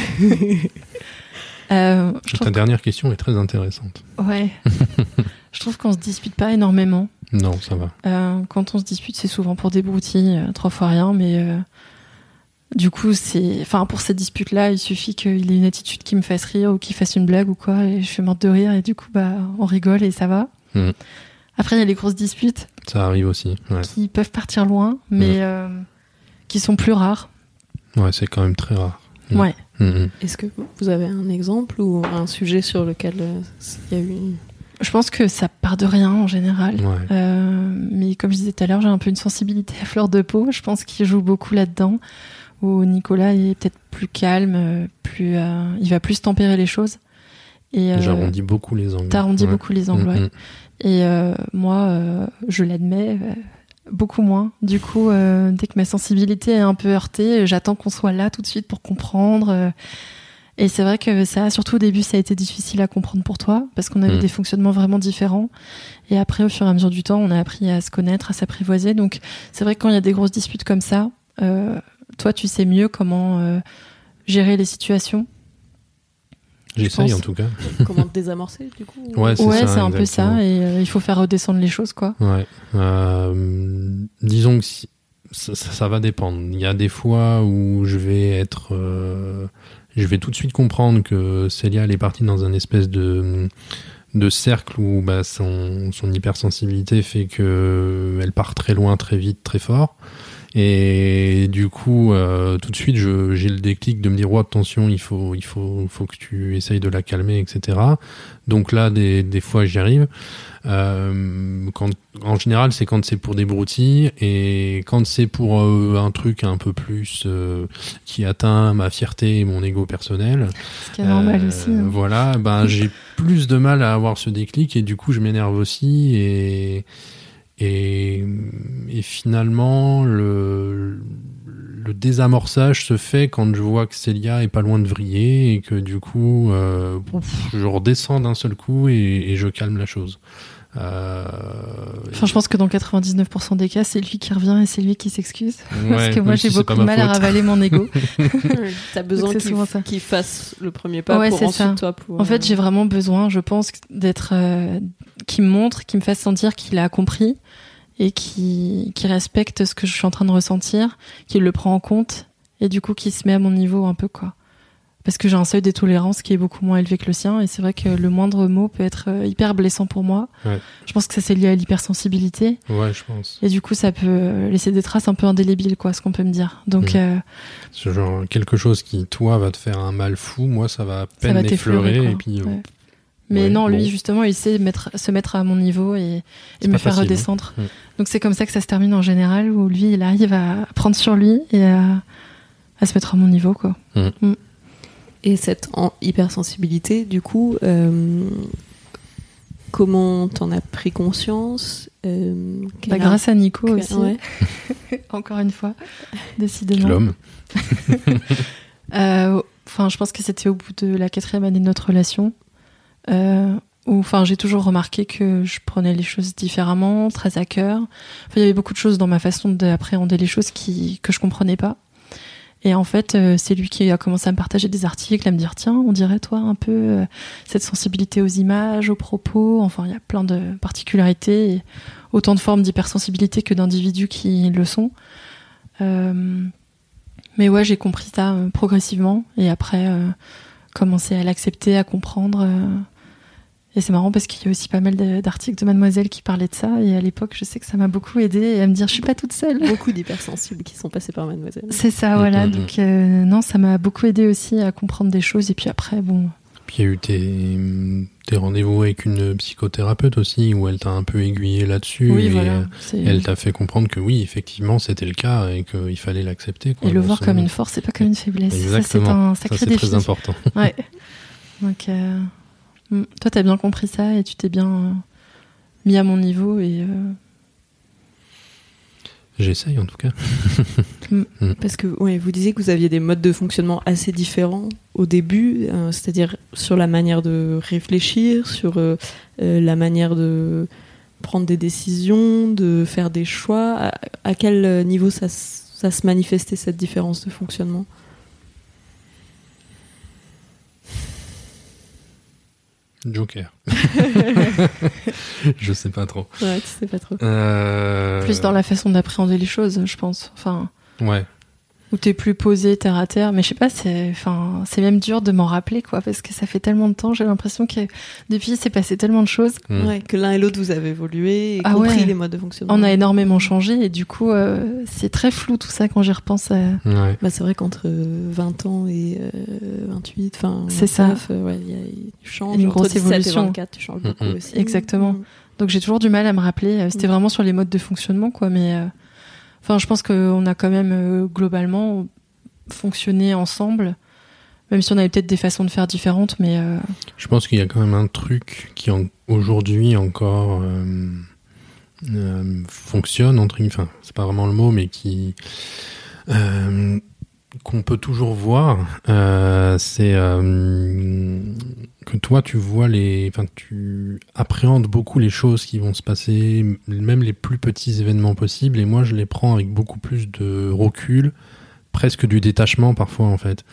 Ta dernière question est très intéressante. Ouais. Je trouve qu'on se dispute pas énormément. Non, ça va. Quand on se dispute, c'est souvent pour des broutilles, 3 fois rien, mais du coup, pour cette dispute-là, il suffit qu'il ait une attitude qui me fasse rire ou qu'il fasse une blague ou quoi, et je suis morte de rire, et du coup, on rigole et ça va. Après, il y a les grosses disputes. Ça arrive aussi, ouais. Qui peuvent partir loin, mais qui sont plus rares. Ouais, c'est quand même très rare. Ouais. Est-ce que vous avez un exemple ou un sujet sur lequel il y a eu... Je pense que ça part de rien en général. Ouais. Mais comme je disais tout à l'heure, j'ai un peu une sensibilité à fleur de peau. Je pense qu'il joue beaucoup là-dedans. Où Nicolas est peut-être plus calme, il va plus tempérer les choses. J'arrondis beaucoup les angles. T'arrondis beaucoup les angles, ouais. Et moi, je l'admets, beaucoup moins. Du coup, dès que ma sensibilité est un peu heurtée, j'attends qu'on soit là tout de suite pour comprendre. Et c'est vrai que ça, surtout au début, ça a été difficile à comprendre pour toi, parce qu'on avait des fonctionnements vraiment différents. Et après, au fur et à mesure du temps, on a appris à se connaître, à s'apprivoiser. Donc, c'est vrai que quand il y a des grosses disputes comme ça, toi, tu sais mieux comment gérer les situations. J'essaye en tout cas. Comment te désamorcer, du coup? Ouais, c'est un peu ça. Et il faut faire redescendre les choses, quoi. Ouais. Disons que ça va dépendre. Il y a des fois où je vais tout de suite comprendre que Célia, elle est partie dans un espèce de cercle où son hypersensibilité fait qu'elle part très loin, très vite, très fort. Et du coup, tout de suite, j'ai le déclic de me dire, attention, il faut que tu essayes de la calmer, etc. Donc là, des fois, j'y arrive. En général, c'est quand c'est pour des broutilles, et quand c'est pour un truc un peu plus qui atteint ma fierté et mon ego personnel. Ce qui est normal aussi. Hein. Voilà, j'ai plus de mal à avoir ce déclic, et du coup, je m'énerve aussi, et finalement, le désamorçage se fait quand je vois que Célia est pas loin de vriller, et que du coup, je redescends d'un seul coup et je calme la chose. Je pense que dans 99% des cas, c'est lui qui revient et c'est lui qui s'excuse. Parce que moi, j'ai beaucoup de mal à ravaler mon ego. T'as besoin qu'il fasse le premier pas pour ensuite ça. Toi. En fait, j'ai vraiment besoin, je pense, d'être qu'il me montre, qu'il me fasse sentir qu'il a compris et qu'il respecte ce que je suis en train de ressentir, qu'il le prend en compte et du coup qu'il se met à mon niveau un peu, quoi. Parce que j'ai un seuil de tolérance qui est beaucoup moins élevé que le sien, et c'est vrai que le moindre mot peut être hyper blessant pour moi. Ouais. Je pense que ça, c'est lié à l'hypersensibilité. Ouais, je pense. Et du coup, ça peut laisser des traces un peu indélébiles, quoi, ce qu'on peut me dire. Donc, ce genre, quelque chose qui, toi, va te faire un mal fou, moi, ça va à peine m'effleurer, et puis... Ouais. Mais non, lui, justement, il sait se mettre à mon niveau et me faire redescendre. Hein. Donc c'est comme ça que ça se termine en général, où lui, il arrive à prendre sur lui et à se mettre à mon niveau, quoi. Et cette hypersensibilité, du coup, comment t'en as pris conscience? Grâce à Nico aussi. Ouais. Encore une fois, décidément. L'homme. Je pense que c'était au bout de la 4e année de notre relation, où j'ai toujours remarqué que je prenais les choses différemment, très à cœur. Il y avait beaucoup de choses dans ma façon d'appréhender les choses que je comprenais pas. Et en fait, c'est lui qui a commencé à me partager des articles, à me dire, tiens, on dirait toi un peu cette sensibilité aux images, aux propos. Enfin, il y a plein de particularités, et autant de formes d'hypersensibilité que d'individus qui le sont. Mais ouais, j'ai compris ça progressivement, et après, commencer à l'accepter, à comprendre. Et c'est marrant parce qu'il y a aussi pas mal d'articles de Mademoiselle qui parlaient de ça, et à l'époque, je sais que ça m'a beaucoup aidée, et à me dire, je suis pas toute seule. Beaucoup d'hypersensibles qui sont passés par Mademoiselle. C'est ça, voilà. Donc, non, ça m'a beaucoup aidée aussi à comprendre des choses, et puis après, bon... Puis il y a eu tes rendez-vous avec une psychothérapeute aussi, où elle t'a un peu aiguillé là-dessus, oui, et voilà, elle t'a fait comprendre que oui, effectivement, c'était le cas, et qu'il fallait l'accepter, quoi. Et le voir comme une force, et pas comme une faiblesse. Exactement. Ça, c'est un sacré défi. Très important. Ouais. Donc... Toi, t'as bien compris ça, et tu t'es bien mis à mon niveau, et j'essaye en tout cas. Parce que vous disiez que vous aviez des modes de fonctionnement assez différents au début, c'est-à-dire sur la manière de réfléchir, sur la manière de prendre des décisions, de faire des choix. À quel niveau ça se manifestait, cette différence de fonctionnement ? Joker. Je sais pas trop. Ouais, tu sais pas trop. Plus dans la façon d'appréhender les choses, je pense. Enfin, ouais. Où t'es plus posé terre à terre. Mais je sais pas, c'est même dur de m'en rappeler, quoi, parce que ça fait tellement de temps. J'ai l'impression que depuis, c'est passé tellement de choses. Ouais, que l'un et l'autre, vous avez évolué et compris les modes de fonctionnement. On a énormément changé et du coup, c'est très flou tout ça quand j'y repense. Ouais. Bah, c'est vrai qu'entre 20 ans et 28, c'est 29, ça. Tu changes. Une entre grosse 17 évolution. Et 24, tu changes beaucoup aussi. Exactement. Donc j'ai toujours du mal à me rappeler. C'était vraiment sur les modes de fonctionnement, quoi. Mais je pense qu'on a quand même globalement fonctionné ensemble, même si on avait peut-être des façons de faire différentes. Mais je pense qu'il y a quand même un truc qui aujourd'hui encore fonctionne, enfin c'est pas vraiment le mot, mais qui qu'on peut toujours voir, c'est que toi tu vois tu appréhendes beaucoup les choses qui vont se passer, même les plus petits événements possibles, et moi je les prends avec beaucoup plus de recul, presque du détachement parfois en fait,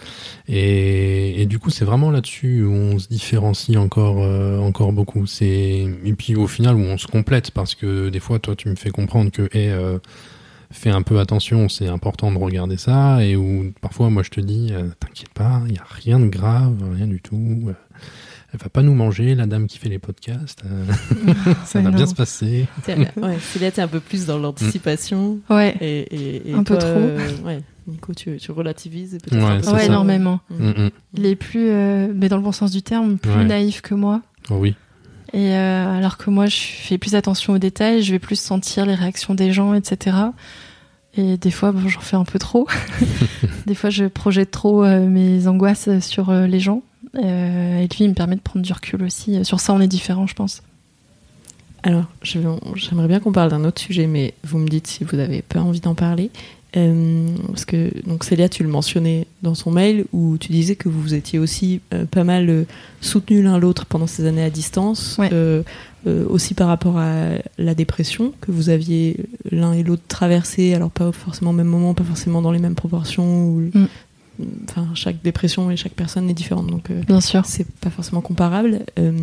et du coup c'est vraiment là-dessus où on se différencie encore beaucoup, et puis au final où on se complète, parce que des fois toi tu me fais comprendre que fais un peu attention, c'est important de regarder ça, et où parfois moi je te dis t'inquiète pas, il n'y a rien de grave, rien du tout, elle va pas nous manger, la dame qui fait les podcasts, ça va bien se passer. Célia, t'es un peu plus dans l'anticipation. Ouais. Et un toi, peu trop. Nico, tu relativises peut-être un peu. Ouais, ça. énormément. Il est plus, mais dans le bon sens du terme, plus naïf que moi. Oh oui. Et alors que moi, je fais plus attention aux détails, je vais plus sentir les réactions des gens, etc. Et des fois, j'en fais un peu trop. Des fois, je projette trop mes angoisses sur les gens. Et lui, il me permet de prendre du recul aussi. Sur ça, on est différents, je pense. Alors, j'aimerais bien qu'on parle d'un autre sujet, mais vous me dites si vous n'avez pas envie d'en parler. Parce que donc Célia, tu le mentionnais dans son mail, où tu disais que vous étiez aussi pas mal soutenus l'un l'autre pendant ces années à distance, aussi par rapport à la dépression que vous aviez l'un et l'autre traversé, alors pas forcément au même moment, pas forcément dans les mêmes proportions, enfin chaque dépression et chaque personne est différente, donc bien sûr, c'est pas forcément comparable.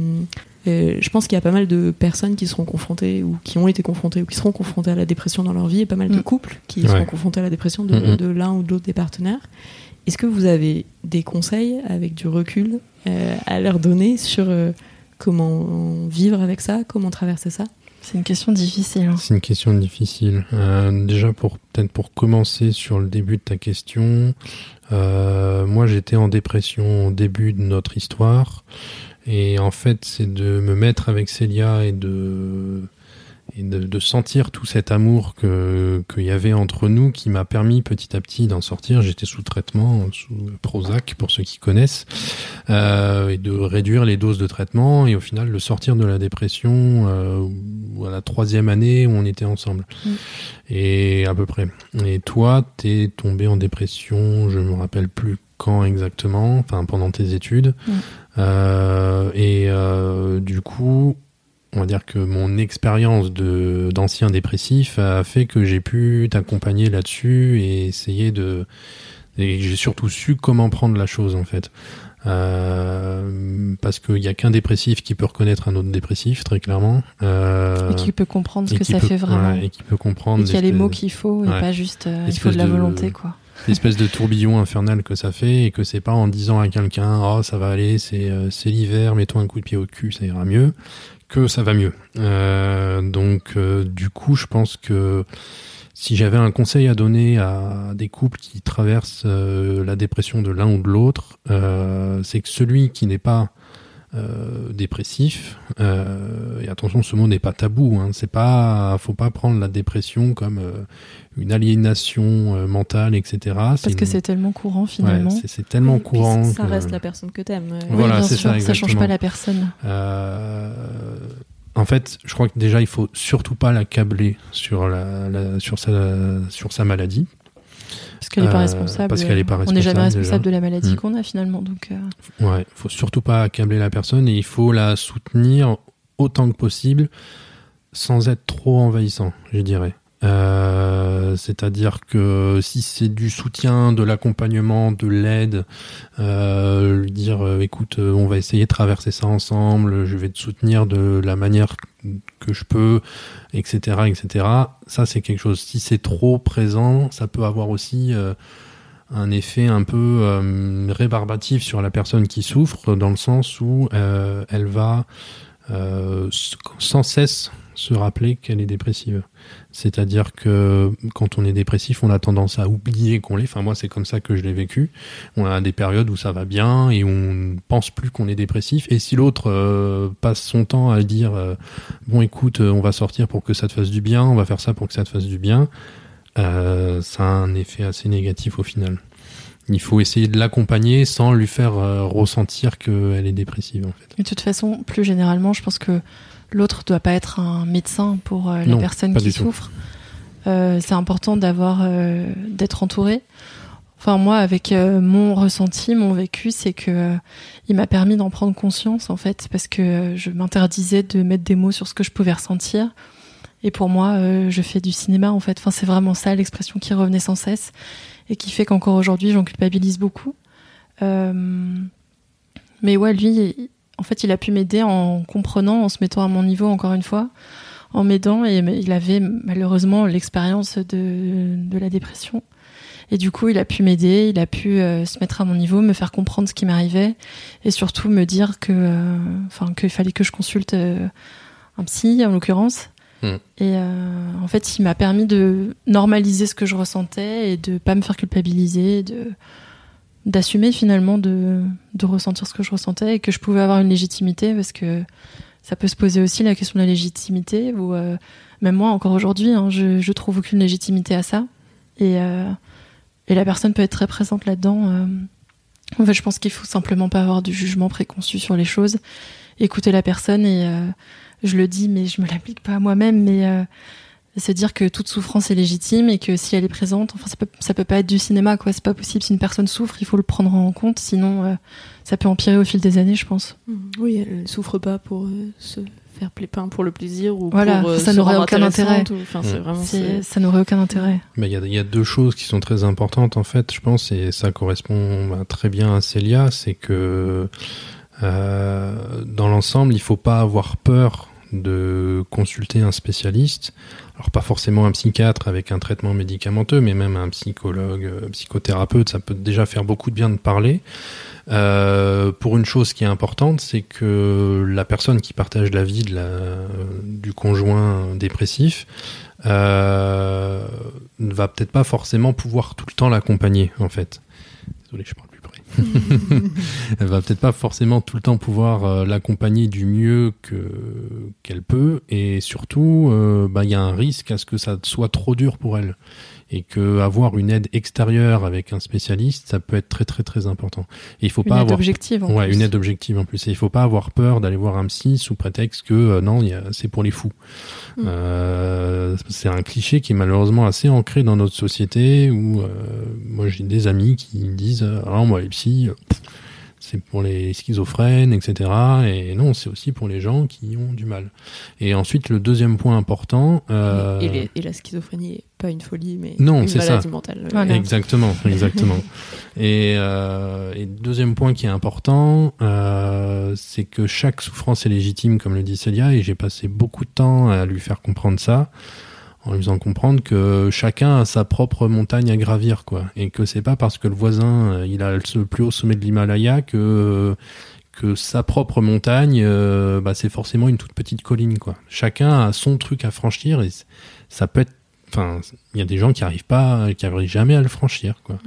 Je pense qu'il y a pas mal de personnes qui seront confrontées ou qui ont été confrontées ou qui seront confrontées à la dépression dans leur vie, et pas mal de couples qui seront confrontés à la dépression de l'un ou de l'autre des partenaires. Est-ce que vous avez des conseils avec du recul à leur donner sur comment vivre avec ça, comment traverser ça ? C'est une question difficile. Hein. C'est une question difficile. Déjà, peut-être pour commencer sur le début de ta question, moi j'étais en dépression au début de notre histoire. Et en fait, c'est de me mettre avec Célia et de sentir tout cet amour qu'il y avait entre nous, qui m'a permis petit à petit d'en sortir. J'étais sous traitement, sous Prozac pour ceux qui connaissent, et de réduire les doses de traitement, et au final de sortir de la dépression à la 3e année où on était ensemble, et à peu près. Et toi, t'es tombé en dépression, je me rappelle plus quand exactement, enfin pendant tes études, du coup, on va dire que mon expérience d'ancien dépressif a fait que j'ai pu t'accompagner là-dessus et essayer et j'ai surtout su comment prendre la chose en fait. Parce qu'il n'y a qu'un dépressif qui peut reconnaître un autre dépressif, très clairement. Et qui peut comprendre ce que ça fait vraiment. Et qui peut comprendre. Et qu'il y a les mots qu'il faut, et pas juste il faut de la volonté, quoi. L'espèce de tourbillon infernal que ça fait, et que c'est pas en disant à quelqu'un « Oh, ça va aller, c'est l'hiver, mets-toi un coup de pied au cul, ça ira mieux », que ça va mieux. Donc, du coup, je pense que si j'avais un conseil à donner à des couples qui traversent la dépression de l'un ou de l'autre, c'est que celui qui n'est pas dépressif, et attention, ce mot n'est pas tabou, hein, faut pas prendre la dépression comme une aliénation mentale, etc. Parce que c'est tellement courant finalement. Ouais, c'est tellement courant. Ça reste la personne que t'aimes. Voilà, oui, c'est sûr, ça, exactement. Ça change pas la personne. En fait, je crois que déjà, il faut surtout pas l'accabler sur sa maladie. Parce qu'elle n'est pas responsable. On n'est jamais responsable de la maladie qu'on a finalement. Donc, ouais, faut surtout pas accabler la personne et il faut la soutenir autant que possible sans être trop envahissant, je dirais. C'est-à-dire que si c'est du soutien, de l'accompagnement, de l'aide, lui dire écoute, on va essayer de traverser ça ensemble, je vais te soutenir de la manière que je peux, etc. Ça, c'est quelque chose. Si c'est trop présent, ça peut avoir aussi un effet un peu rébarbatif sur la personne qui souffre, dans le sens où elle va sans cesse se rappeler qu'elle est dépressive. C'est-à-dire que quand on est dépressif, on a tendance à oublier qu'on l'est. Enfin, moi, c'est comme ça que je l'ai vécu. On a des périodes où ça va bien et on ne pense plus qu'on est dépressif. Et si l'autre passe son temps à dire bon, écoute, on va sortir pour que ça te fasse du bien, on va faire ça pour que ça te fasse du bien, ça a un effet assez négatif au final. Il faut essayer de l'accompagner sans lui faire ressentir qu'elle est dépressive, en fait. Et de toute façon, plus généralement, je pense que l'autre ne doit pas être un médecin pour la personne qui souffre. C'est important d'être entouré. Enfin, moi, avec mon ressenti, mon vécu, c'est que il m'a permis d'en prendre conscience, en fait, parce que je m'interdisais de mettre des mots sur ce que je pouvais ressentir. Et pour moi, je fais du cinéma, en fait. Enfin, c'est vraiment ça, l'expression qui revenait sans cesse et qui fait qu'encore aujourd'hui, j'en culpabilise beaucoup. Mais ouais, lui, en fait, il a pu m'aider en comprenant, en se mettant à mon niveau, encore une fois, en m'aidant. Et il avait malheureusement l'expérience de la dépression. Et du coup, il a pu m'aider, il a pu se mettre à mon niveau, me faire comprendre ce qui m'arrivait et surtout me dire qu'il fallait que je consulte un psy, en l'occurrence. Et en fait, il m'a permis de normaliser ce que je ressentais et de pas me faire culpabiliser, d'assumer finalement de ressentir ce que je ressentais et que je pouvais avoir une légitimité, parce que ça peut se poser aussi la question de la légitimité, où même moi encore aujourd'hui, je trouve aucune légitimité à ça, et la personne peut être très présente là-dedans. En fait, je pense qu'il faut simplement pas avoir du jugement préconçu sur les choses, écouter la personne et je le dis, mais je me l'applique pas à moi-même, mais se dire que toute souffrance est légitime et que si elle est présente, enfin ça peut pas être du cinéma, quoi. C'est pas possible. Si une personne souffre, il faut le prendre en compte, sinon ça peut empirer au fil des années, je pense. Oui, elle souffre pas pour se faire pour le plaisir ou voilà, pour ça n'aurait aucun intérêt. Ça n'aurait aucun intérêt. Il y a deux choses qui sont très importantes, en fait, je pense, et ça correspond très bien à Célia, c'est que dans l'ensemble, il faut pas avoir peur de consulter un spécialiste. Alors pas forcément un psychiatre avec un traitement médicamenteux, mais même un psychologue, psychothérapeute, ça peut déjà faire beaucoup de bien de parler. Pour une chose qui est importante, c'est que la personne qui partage la vie du conjoint dépressif ne va peut-être pas forcément pouvoir tout le temps l'accompagner, en fait. Désolé, je parle plus près. Elle va peut-être pas forcément tout le temps pouvoir l'accompagner du mieux qu'elle peut, et surtout y a un risque à ce que ça soit trop dur pour elle, et que avoir une aide extérieure avec un spécialiste, ça peut être très très très important. Et il faut pas avoir objective en plus. Une aide objective en plus, et il faut pas avoir peur d'aller voir un psy sous prétexte que non, c'est pour les fous. C'est un cliché qui est malheureusement assez ancré dans notre société, où moi j'ai des amis qui me disent alors moi les psys c'est pour les schizophrènes, etc. Et non, c'est aussi pour les gens qui ont du mal. Et ensuite, le deuxième point important... Et la schizophrénie n'est pas une folie, mais non, une maladie mentale. Voilà. Exactement. Et deuxième point qui est important, c'est que chaque souffrance est légitime, comme le dit Célia, et j'ai passé beaucoup de temps à lui faire comprendre ça, en lui faisant comprendre que chacun a sa propre montagne à gravir, quoi, et que c'est pas parce que le voisin il a le plus haut sommet de l'Himalaya que sa propre montagne c'est forcément une toute petite colline, quoi. Chacun a son truc à franchir, et ça peut être, enfin, il y a des gens qui arrivent jamais à le franchir, quoi.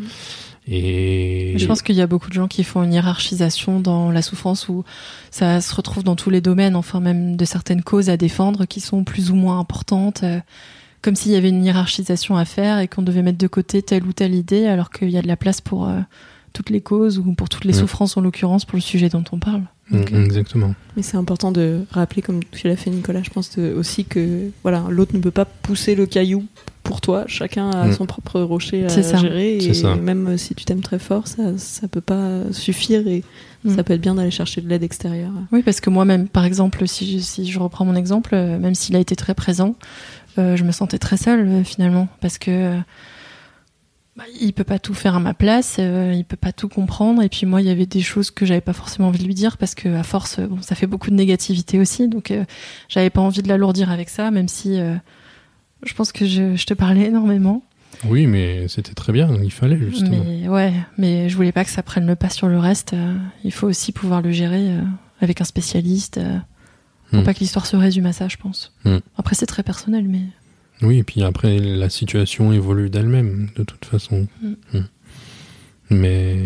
Et je pense qu'il y a beaucoup de gens qui font une hiérarchisation dans la souffrance, où ça se retrouve dans tous les domaines, enfin même de certaines causes à défendre qui sont plus ou moins importantes, comme s'il y avait une hiérarchisation à faire et qu'on devait mettre de côté telle ou telle idée, alors qu'il y a de la place pour toutes les causes ou pour toutes les souffrances, en l'occurrence, pour le sujet dont on parle. Donc, Exactement. Mais c'est important de rappeler, comme tu l'as fait Nicolas, je pense aussi que voilà, l'autre ne peut pas pousser le caillou pour toi. Chacun a son propre rocher à gérer. Et même si tu t'aimes très fort, ça peut pas suffire et ça peut être bien d'aller chercher de l'aide extérieure. Oui, parce que moi-même, par exemple, si je reprends mon exemple, même s'il a été très présent, je me sentais très seule finalement, parce que il peut pas tout faire à ma place, il peut pas tout comprendre, et puis moi il y avait des choses que j'avais pas forcément envie de lui dire parce que à force ça fait beaucoup de négativité aussi, donc j'avais pas envie de l'alourdir avec ça, même si je pense que je te parlais énormément. Oui, mais c'était très bien, il fallait justement. Mais je voulais pas que ça prenne le pas sur le reste. Il faut aussi pouvoir le gérer avec un spécialiste, pour pas que l'histoire se résume à ça, je pense. Après c'est très personnel, mais... Oui, et puis après, la situation évolue d'elle-même, de toute façon. Mais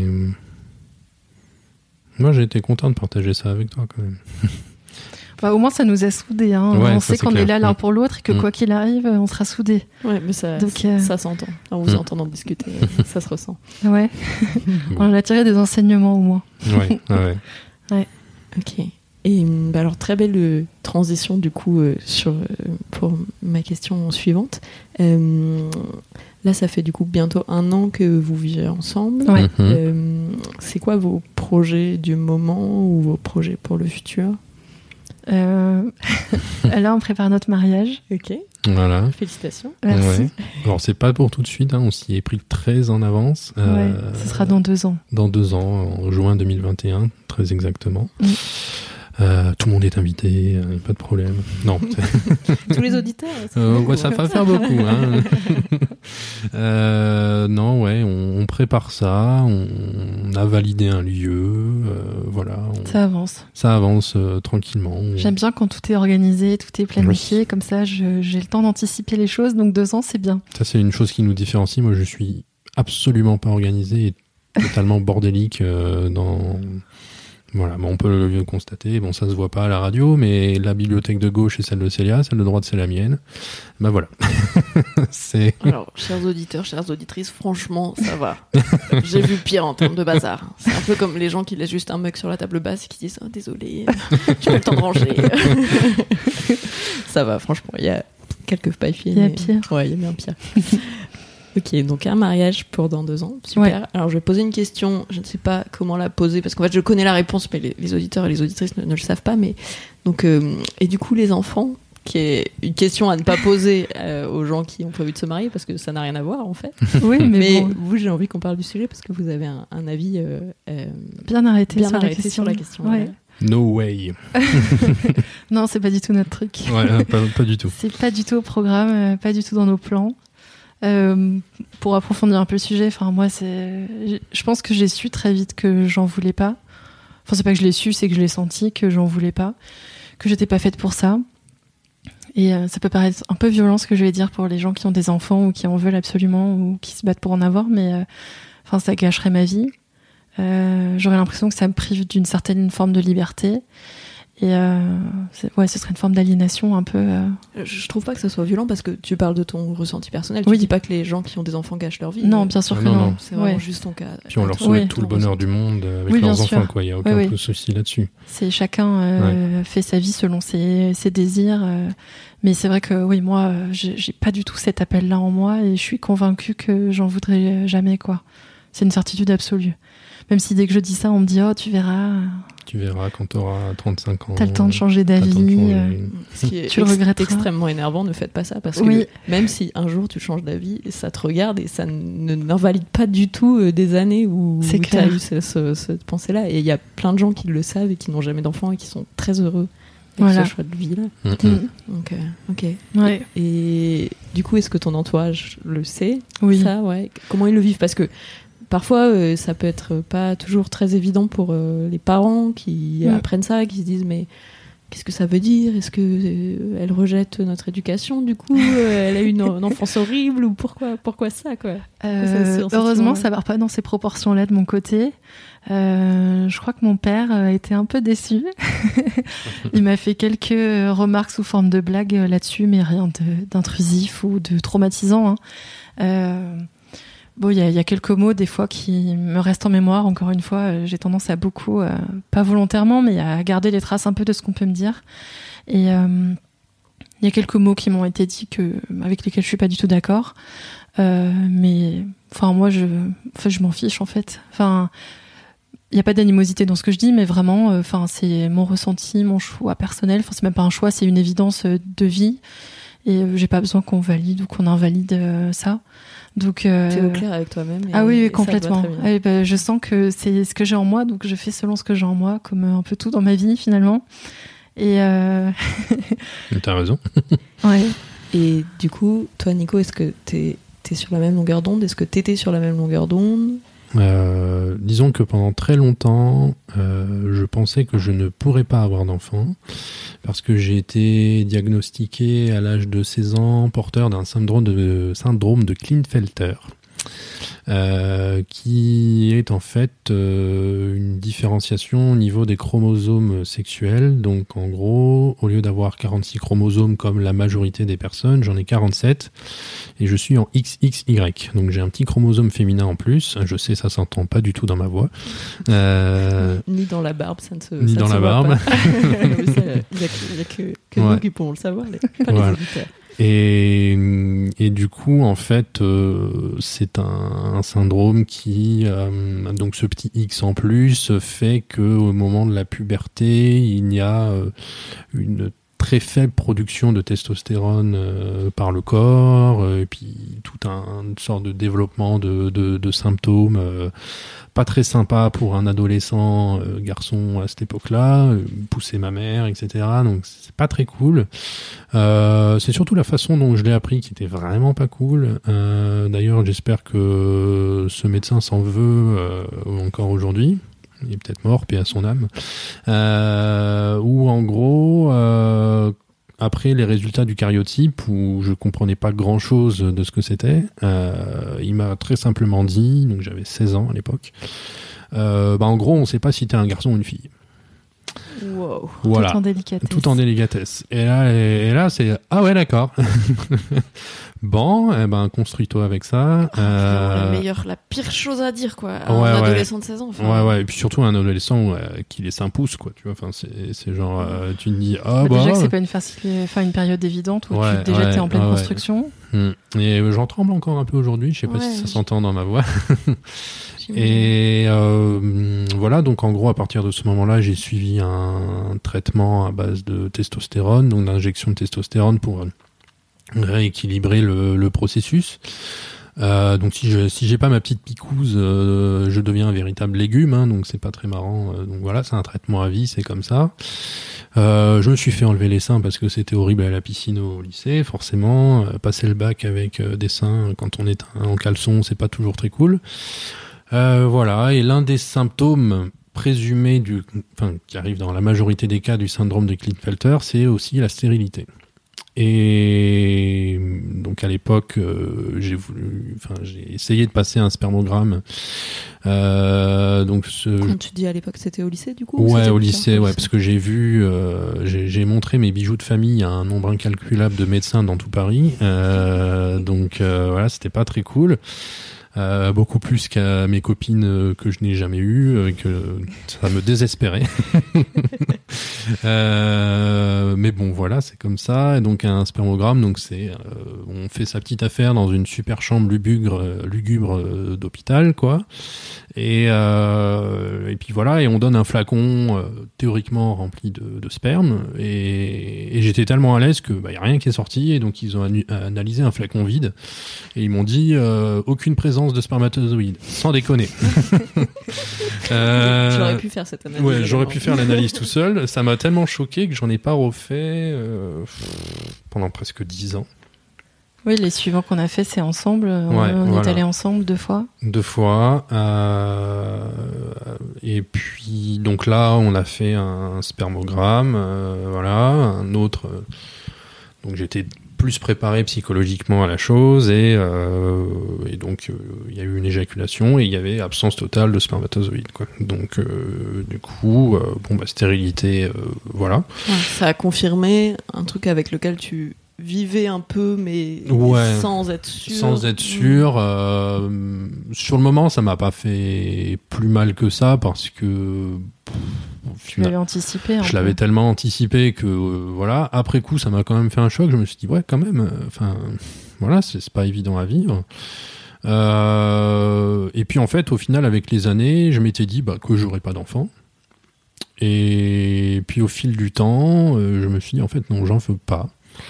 moi, j'ai été content de partager ça avec toi, quand même. Au moins, ça nous a soudés. Hein. On sait qu'on est là l'un pour l'autre et que quoi qu'il arrive, on sera soudés. Ouais, mais ça s'entend. En vous entendant discuter, ça se ressent. Ouais. On a tiré des enseignements, au moins. Ouais. Ok. Et alors, très belle transition du coup pour ma question suivante. Là, ça fait du coup bientôt 1 an que vous vivez ensemble. Ouais. C'est quoi vos projets du moment ou vos projets pour le futur ? Là, on prépare notre mariage. Ok. Voilà. Félicitations. Merci. Ouais. Alors, c'est pas pour tout de suite, on s'y est pris très en avance. Ce sera dans 2 ans. Dans 2 ans, en juin 2021, très exactement. Tout le monde est invité, pas de problème. Non. Tous les auditeurs. Ça va faire beaucoup. Hein. Non, ouais, on prépare ça. On a validé un lieu. Voilà. Ça avance tranquillement. J'aime bien quand tout est organisé, tout est planifié. Oui. Comme ça, j'ai le temps d'anticiper les choses. Donc 2 ans, c'est bien. Ça, c'est une chose qui nous différencie. Moi, je suis absolument pas organisé et totalement bordélique Voilà, on peut le constater. Bon, ça se voit pas à la radio, mais la bibliothèque de gauche est celle de Célia, celle de droite c'est la mienne. Voilà. Alors, chers auditeurs, chères auditrices, franchement, ça va. J'ai vu pire en termes de bazar. C'est un peu comme les gens qui laissent juste un mug sur la table basse et qui disent désolé, j'ai pas le temps de ranger. Ça va, franchement, il y a quelques papiers. Il y a pire. Ouais, il y a bien pire. Ok, donc un mariage pour dans 2 ans, super. Ouais. Alors je vais poser une question, je ne sais pas comment la poser, parce qu'en fait je connais la réponse, mais les auditeurs et les auditrices ne le savent pas. Mais donc et du coup les enfants, qui est une question à ne pas poser aux gens qui ont prévu de se marier, parce que ça n'a rien à voir en fait. Oui, mais bon. Vous, j'ai envie qu'on parle du sujet parce que vous avez un avis bien arrêté sur la question. Ouais. No way. Non, c'est pas du tout notre truc. Ouais, pas du tout. C'est pas du tout au programme, pas du tout dans nos plans. Pour approfondir un peu le sujet, moi je pense que j'ai su très vite que j'en voulais pas. Enfin, c'est pas que je l'ai su, c'est que je l'ai senti que j'en voulais pas, que j'étais pas faite pour ça. Et ça peut paraître un peu violent ce que je vais dire pour les gens qui ont des enfants ou qui en veulent absolument ou qui se battent pour en avoir, mais ça gâcherait ma vie. J'aurais l'impression que ça me prive d'une certaine forme de liberté. Et ce serait une forme d'aliénation un peu. Je trouve pas que ça soit violent parce que tu parles de ton ressenti personnel. Tu dis pas que les gens qui ont des enfants gâchent leur vie. Non, bien sûr que non. C'est vraiment juste ton cas. Puis on leur souhaite tout le bonheur du monde avec leurs enfants, quoi. Il y a aucun souci là-dessus. C'est chacun fait sa vie selon ses désirs. Mais c'est vrai que moi, j'ai pas du tout cet appel-là en moi et je suis convaincue que j'en voudrais jamais, quoi. C'est une certitude absolue. Même si dès que je dis ça, on me dit tu verras. Tu verras quand tu auras 35 ans. T'as le temps de changer d'avis. Ce qui est tu le regrettes extrêmement énervant, ne faites pas ça. Parce que même si un jour tu changes d'avis, ça te regarde et ça n'invalide pas du tout des années où tu as eu cette pensée-là. Et il y a plein de gens qui le savent et qui n'ont jamais d'enfants et qui sont très heureux avec ce choix de vie-là. Donc, ok. Ouais. Et du coup, est-ce que ton entourage le sait ? Oui. Ça, comment ils le vivent ? Parce que parfois, ça peut être pas toujours très évident pour les parents qui apprennent ça, qui se disent mais qu'est-ce que ça veut dire ? Est-ce que elle rejette notre éducation ? Du coup, elle a eu une enfance horrible ou pourquoi ça, quoi ? Heureusement, ça part pas dans ces proportions-là de mon côté. Je crois que mon père était un peu déçu. Il m'a fait quelques remarques sous forme de blague là-dessus, mais rien d'intrusif ou de traumatisant. Bon, il y a quelques mots des fois qui me restent en mémoire. Encore une fois, j'ai tendance à beaucoup, pas volontairement, mais à garder les traces un peu de ce qu'on peut me dire. Et il y a quelques mots qui m'ont été dits avec lesquels je suis pas du tout d'accord. Mais enfin moi, je m'en fiche en fait. Enfin, il y a pas d'animosité dans ce que je dis, mais vraiment, enfin c'est mon ressenti, mon choix personnel. Enfin c'est même pas un choix, c'est une évidence de vie. Et j'ai pas besoin qu'on valide ou qu'on invalide ça. Donc, t'es au clair avec toi-même. Ah oui, complètement. Je sens que c'est ce que j'ai en moi, donc je fais selon ce que j'ai en moi, comme un peu tout dans ma vie finalement. Et t'as raison. Ouais. Et du coup, toi, Nico, est-ce que t'es sur la même longueur d'onde ? Est-ce que t'étais sur la même longueur d'onde ? Disons que pendant très longtemps, je pensais que je ne pourrais pas avoir d'enfant parce que j'ai été diagnostiqué à l'âge de 16 ans porteur d'un syndrome de Klinefelter, qui est en fait une différenciation au niveau des chromosomes sexuels. Donc en gros, au lieu d'avoir 46 chromosomes comme la majorité des personnes, j'en ai 47 et je suis en XXY. Donc j'ai un petit chromosome féminin en plus. Je sais, ça s'entend pas du tout dans ma voix. Ni dans la barbe, ça ne se Ni ça dans ne la se voit barbe. pas. Il n'y a que nous qui pouvons le savoir, pas les auditeurs. Et du coup, en fait, c'est un syndrome qui, donc ce petit X en plus, fait que au moment de la puberté, il y a une très faible production de testostérone par le corps, et puis tout une sorte de développement de symptômes pas très sympa pour un adolescent garçon à cette époque-là, pousser ma mère, etc. Donc c'est pas très cool. C'est surtout la façon dont je l'ai appris qui était vraiment pas cool. D'ailleurs, j'espère que ce médecin s'en veut encore aujourd'hui. Il est peut-être mort, paix à son âme. Où en gros, après les résultats du cariotype, où je comprenais pas grand-chose de ce que c'était, il m'a très simplement dit, donc j'avais 16 ans à l'époque, en gros, on sait pas si t'es un garçon ou une fille. Wow. Voilà. Tout en délicatesse. Et là, c'est ah ouais, d'accord. Bon, construis-toi avec ça. La pire chose à dire, quoi. À un adolescent de 16 ans. Ouais. Et puis surtout un adolescent qui les s'impousse, quoi. Tu vois, enfin, c'est genre, tu te dis, déjà que c'est pas une période évidente où t'es en pleine construction. Et j'en tremble encore un peu aujourd'hui. Je sais pas si ça s'entend dans ma voix. Et voilà, donc en gros, à partir de ce moment-là, j'ai suivi un traitement à base de testostérone, donc d'injection de testostérone pour rééquilibrer le processus. Donc si j'ai pas ma petite picouse, je deviens un véritable légume, hein, donc c'est pas très marrant. Donc voilà, c'est un traitement à vie, c'est comme ça. Je me suis fait enlever les seins parce que c'était horrible à la piscine au lycée, forcément. Passer le bac avec des seins quand on est en caleçon, c'est pas toujours très cool. Voilà, et l'un des symptômes présumés qui arrive dans la majorité des cas du syndrome de Klinefelter, c'est aussi la stérilité. Et donc à l'époque, j'ai essayé de passer un spermogramme. Quand tu dis à l'époque, c'était au lycée du coup? Ouais, au lycée, parce que j'ai vu, j'ai montré mes bijoux de famille à un nombre incalculable de médecins dans tout Paris. Voilà, c'était pas très cool. Beaucoup plus qu'à mes copines que je n'ai jamais eues, que ça me désespérait. Mais bon, voilà, c'est comme ça. Et donc un spermogramme, donc c'est, on fait sa petite affaire dans une super chambre lugubre d'hôpital, quoi. Et puis voilà, et on donne un flacon théoriquement rempli de sperme. Et j'étais tellement à l'aise que y a rien qui est sorti. Et donc ils ont analysé un flacon vide et ils m'ont dit aucune présence de spermatozoïdes, sans déconner. J'aurais pu faire cette analyse. Ouais, j'aurais pu faire l'analyse tout seul. Ça m'a tellement choqué que j'en ai pas refait pendant presque 10 ans. Oui, les suivants qu'on a fait, c'est ensemble. On est allés ensemble 2 fois. 2 fois. Et puis, donc là, on a fait un spermogramme. Un autre. Donc j'étais plus préparé psychologiquement à la chose et donc il y a eu une éjaculation et il y avait absence totale de spermatozoïdes, quoi. Donc du coup stérilité, voilà. Ouais, ça a confirmé un truc avec lequel tu vivais un peu, mais sans être sûr. Sans être sûr. Sur le moment, ça m'a pas fait plus mal que ça parce que. Tu l'avais anticipé. Je l'avais tellement anticipé que voilà. Après coup, ça m'a quand même fait un choc. Je me suis dit ouais, quand même. Enfin, voilà, c'est pas évident à vivre. Et puis en fait, au final, avec les années, je m'étais dit que j'aurais pas d'enfant. Et puis au fil du temps, je me suis dit en fait non, j'en veux pas.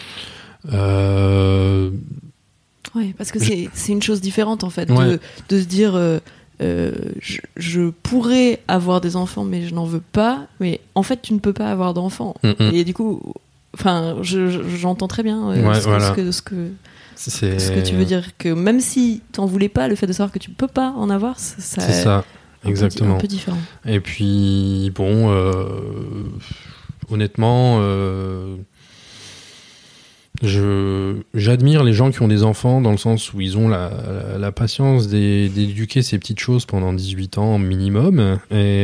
Ouais, parce que c'est une chose différente en fait de se dire je pourrais avoir des enfants mais je n'en veux pas. Mais en fait, tu ne peux pas avoir d'enfants. Et du coup, enfin, j'entends très bien ce que tu veux dire, que même si t'en voulais pas, le fait de savoir que tu peux pas en avoir, c'est ça. Exactement. Un peu différent. Et puis, bon, honnêtement, j'admire les gens qui ont des enfants dans le sens où ils ont la patience d'éduquer ces petites choses pendant 18 ans minimum.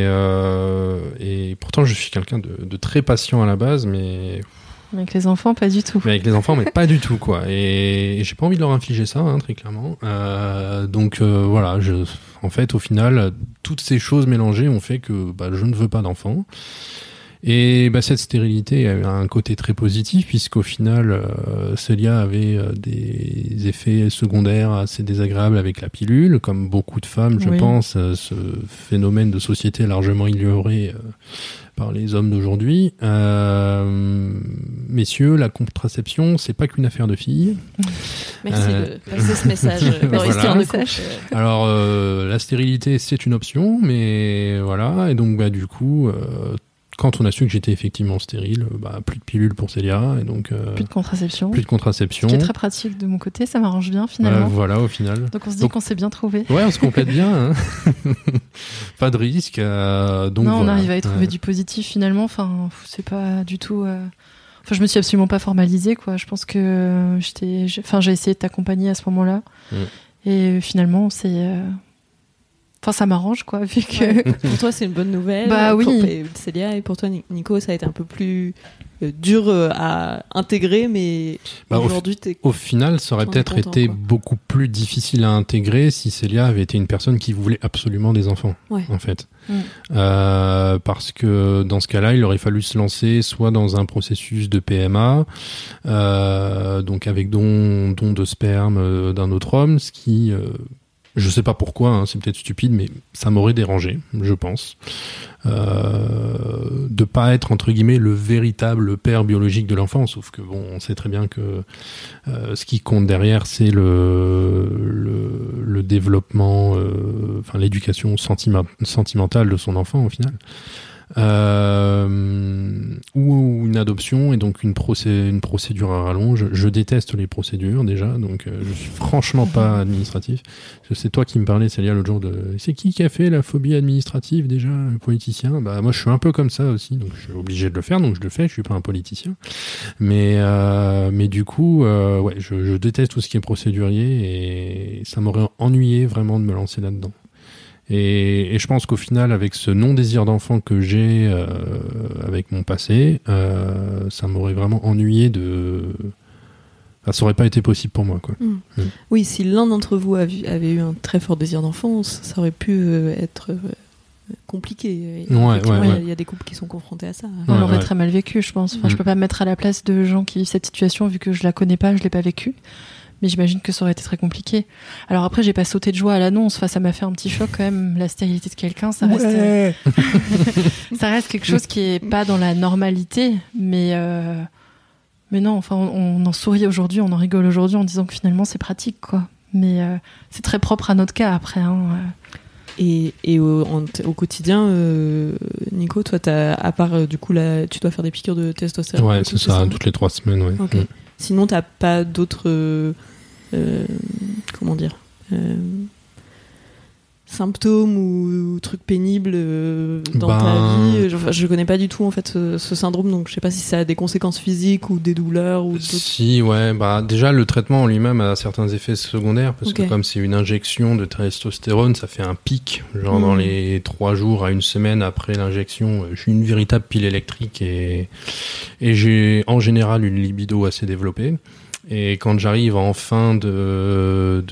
Et pourtant, je suis quelqu'un de très patient à la base, mais... Avec les enfants, pas du tout. Mais avec les enfants, mais pas du tout, quoi. Et j'ai pas envie de leur infliger ça, très clairement. Donc voilà, en fait, au final, toutes ces choses mélangées ont fait que je ne veux pas d'enfants. Et cette stérilité a un côté très positif, puisqu'au final, Célia avait des effets secondaires assez désagréables avec la pilule, comme beaucoup de femmes, je pense. Ce phénomène de société largement ignoré par les hommes d'aujourd'hui. Messieurs, la contraception, c'est pas qu'une affaire de filles. Merci de passer ce message. Alors, la stérilité, c'est une option, mais voilà. Et donc, du coup, quand on a su que j'étais effectivement stérile, plus de pilules pour Célia, et donc plus de contraception. Ce qui est très pratique de mon côté, ça m'arrange bien finalement. Voilà, au final. Donc on se dit qu'on s'est bien trouvé. Ouais, on se complète bien. Pas de risque. Donc non, on arrive à y trouver du positif finalement. Enfin, c'est pas du tout. Enfin, je me suis absolument pas formalisée, quoi. Je pense que j'ai essayé de t'accompagner à ce moment-là, et finalement, Enfin, ça m'arrange, quoi, vu que... Pour toi, c'est une bonne nouvelle. Oui. Pour Célia, et pour toi, Nico, ça a été un peu plus dur à intégrer, mais aujourd'hui, au final, ça aurait peut-être été beaucoup plus difficile à intégrer si Célia avait été une personne qui voulait absolument des enfants, en fait. Parce que dans ce cas-là, il aurait fallu se lancer soit dans un processus de PMA, donc avec don de sperme d'un autre homme, ce qui... je sais pas pourquoi, c'est peut-être stupide, mais ça m'aurait dérangé, je pense, de pas être entre guillemets le véritable père biologique de l'enfant. Sauf que on sait très bien que ce qui compte derrière, c'est le développement, l'éducation sentimentale de son enfant au final. Ou une adoption, et donc une procédure à rallonge. Je déteste les procédures déjà, donc je suis franchement pas administratif. C'est toi qui me parlais, Célia, l'autre jour c'est qui a fait la phobie administrative déjà, le politicien? Moi je suis un peu comme ça aussi, donc je suis obligé de le faire, donc je le fais. Je suis pas un politicien, mais du coup je déteste tout ce qui est procédurier, et ça m'aurait ennuyé vraiment de me lancer là-dedans. Et je pense qu'au final, avec ce non-désir d'enfant que j'ai avec mon passé, ça m'aurait vraiment ennuyé ça aurait pas été possible pour moi, quoi. Oui, si l'un d'entre vous avait eu un très fort désir d'enfant, ça aurait pu être compliqué. Il y a des couples qui sont confrontés à ça. On l'aurait très mal vécu, je pense. Enfin, je peux pas me mettre à la place de gens qui vivent cette situation, vu que je la connais pas, je l'ai pas vécue. Mais j'imagine que ça aurait été très compliqué. Alors après, j'ai pas sauté de joie à l'annonce. Enfin, ça m'a fait un petit choc quand même. La stérilité de quelqu'un, ça reste, ça reste quelque chose qui est pas dans la normalité. Mais non, enfin, on en sourit aujourd'hui, on en rigole aujourd'hui en disant que finalement c'est pratique, quoi. Mais c'est très propre à notre cas après. Et au quotidien, Nico, toi, à part du coup tu dois faire des piqûres de testostérone. Ouais, c'est ça, toutes les 3 semaines, ouais. Okay. Sinon, t'as pas d'autres, comment dire, symptômes ou trucs pénibles dans ta vie? Je connais pas du tout en fait ce syndrome, donc je sais pas si ça a des conséquences physiques ou des douleurs ou d'autres. Si, ouais, déjà le traitement en lui-même a certains effets secondaires parce que comme c'est une injection de testostérone, ça fait un pic, genre dans les 3 jours à 1 semaine après l'injection, je suis une véritable pile électrique et j'ai en général une libido assez développée. Et quand j'arrive en fin de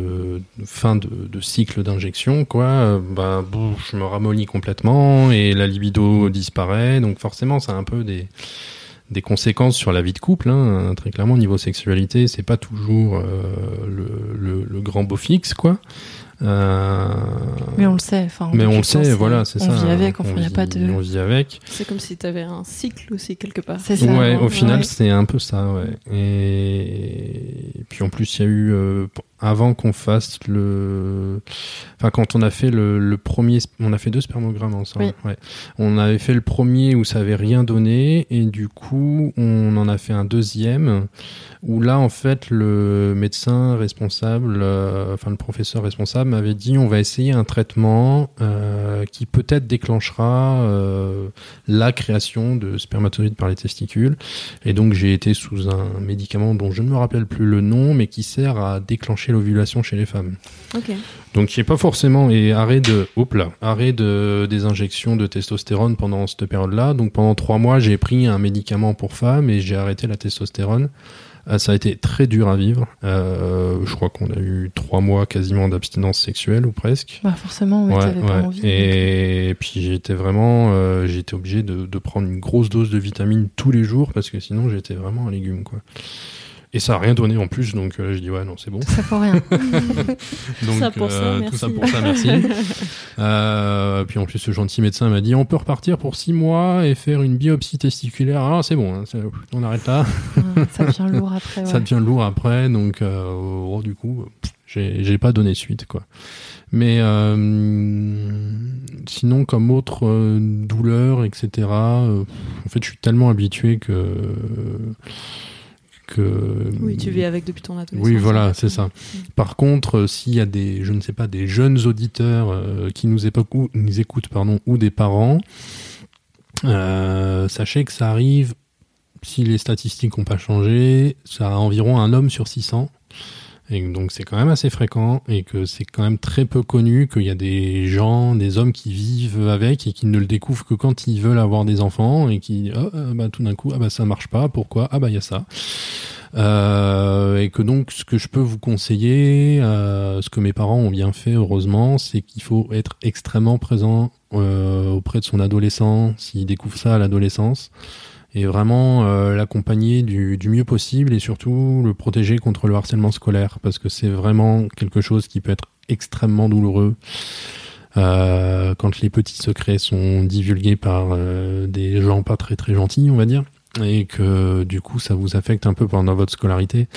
cycle d'injection, quoi, je me ramollis complètement et la libido disparaît. Donc forcément, ça a un peu des conséquences sur la vie de couple. Hein. Très clairement, niveau sexualité, c'est pas toujours le grand beau fixe, quoi. Mais on le sait. Mais on le sait, voilà, c'est ça. On vit avec, enfin, il n'y a pas de... On vit avec. C'est comme si tu avais un cycle aussi, quelque part. C'est ça. Ouais, au final, c'est un peu ça, ouais. Et puis en plus, il y a eu... avant qu'on fasse quand on a fait le premier... On a fait 2 spermogrammes ensemble. Oui. Ouais. On avait fait le premier où ça avait rien donné, et du coup, on en a fait un deuxième, où là, en fait, le médecin responsable, le professeur responsable m'avait dit on va essayer un traitement qui peut-être déclenchera la création de spermatozoïdes par les testicules. Et donc, j'ai été sous un médicament dont je ne me rappelle plus le nom, mais qui sert à déclencher l'ovulation chez les femmes. Ok. Donc il n'y a pas forcément arrêt des injections de testostérone pendant cette période-là. Donc pendant 3 mois, j'ai pris un médicament pour femmes et j'ai arrêté la testostérone. Ça a été très dur à vivre. Je crois qu'on a eu 3 mois quasiment d'abstinence sexuelle ou presque. Bah forcément, oui, t'avais pas envie. Et puis j'étais obligé de prendre une grosse dose de vitamines tous les jours parce que sinon j'étais vraiment un légume, quoi. Et ça n'a rien donné en plus, donc je dis ouais, non, c'est bon. Tout ça pour rien. Donc, ça pour ça, merci. Tout ça pour ça, merci. Puis en plus, ce gentil médecin m'a dit on peut repartir pour 6 mois et faire une biopsie testiculaire. Alors c'est bon, hein, on arrête là. Ça devient lourd après. Ouais. Ça devient lourd après, donc du coup, j'ai pas donné suite, quoi. Mais sinon, comme autre douleur, etc., en fait, je suis tellement habitué que oui, tu vis avec depuis ton adolescence. Oui, voilà, c'est ça. Par contre, s'il y a des jeunes auditeurs qui nous écoutent, ou des parents, sachez que ça arrive, si les statistiques n'ont pas changé, ça a environ 1 homme sur 600. Et donc c'est quand même assez fréquent et que c'est quand même très peu connu qu'il y a des hommes qui vivent avec et qui ne le découvrent que quand ils veulent avoir des enfants et qui tout d'un coup ça marche pas, pourquoi ? Il y a ça. Et que donc ce que je peux vous conseiller, ce que mes parents ont bien fait heureusement, c'est qu'il faut être extrêmement présent auprès de son adolescent s'il découvre ça à l'adolescence. Et vraiment l'accompagner du mieux possible et surtout le protéger contre le harcèlement scolaire parce que c'est vraiment quelque chose qui peut être extrêmement douloureux quand les petits secrets sont divulgués par des gens pas très très gentils, on va dire, et que du coup ça vous affecte un peu pendant votre scolarité.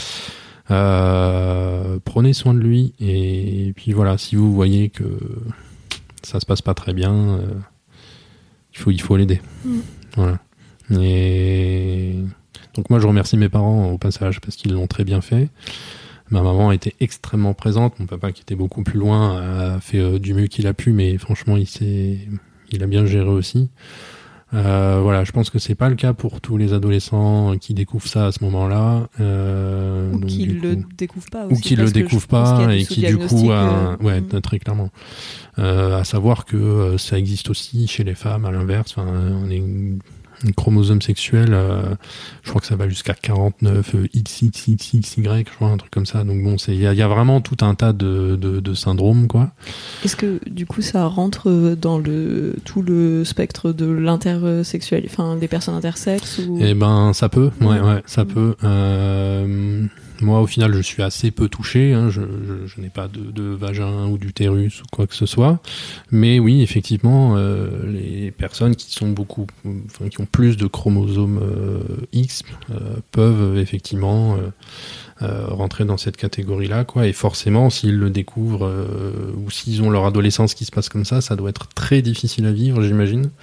Prenez soin de lui et puis voilà, si vous voyez que ça se passe pas très bien, il faut l'aider. Voilà. Et donc moi je remercie mes parents au passage parce qu'ils l'ont très bien fait. Ma maman a été extrêmement présente, mon papa qui était beaucoup plus loin a fait du mieux qu'il a pu, mais franchement il a bien géré aussi. Voilà, je pense que c'est pas le cas pour tous les adolescents qui découvrent ça à ce moment-là, ou qui le découvrent pas aussi, ou qui le découvrent pas et qui du coup très clairement à savoir que ça existe aussi chez les femmes à l'inverse. Enfin, on est un chromosome sexuel, je crois que ça va jusqu'à 49 XXXY, je crois, un truc comme ça. Donc bon, il y a vraiment tout un tas de syndromes, quoi. Est-ce que du coup ça rentre dans tout le spectre de l'intersexuel, enfin des personnes intersexes ou... Eh ben ça peut, ça peut. Moi, au final, je suis assez peu touché. Hein. Je n'ai pas de vagin ou d'utérus ou quoi que ce soit. Mais oui, effectivement, les personnes qui ont plus de chromosomes X peuvent effectivement rentrer dans cette catégorie-là, quoi. Et forcément, s'ils le découvrent ou s'ils ont leur adolescence qui se passe comme ça doit être très difficile à vivre, j'imagine.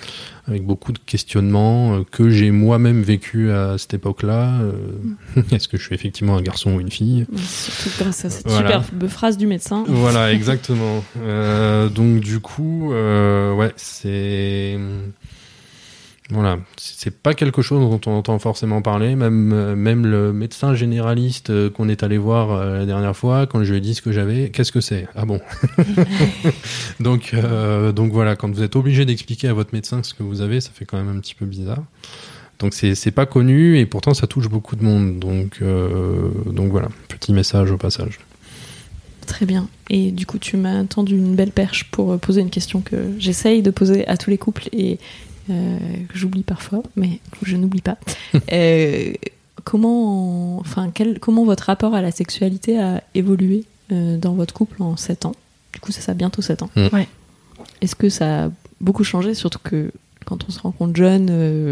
avec beaucoup de questionnements que j'ai moi-même vécu à cette époque-là. Est-ce que je suis effectivement un garçon ou une fille ? Surtout grâce à cette Voilà. superbe phrase du médecin. Voilà, exactement. Donc du coup, ouais, c'est... Voilà, c'est pas quelque chose dont on entend forcément parler. Même le médecin généraliste qu'on est allé voir la dernière fois, quand je lui ai dit ce que j'avais, qu'est-ce que c'est ? Ah bon. Donc voilà, quand vous êtes obligé d'expliquer à votre médecin ce que vous avez, ça fait quand même un petit peu bizarre. Donc c'est pas connu et pourtant ça touche beaucoup de monde. Donc voilà, petit message au passage. Très bien. Et du coup, tu m'as tendu une belle perche pour poser une question que j'essaye de poser à tous les couples et que j'oublie parfois, mais je n'oublie pas. Comment votre rapport à la sexualité a évolué dans votre couple en 7 ans ? Du coup, ça a bientôt 7 ans. Ouais. Est-ce que ça a beaucoup changé, surtout que quand on se rencontre jeune,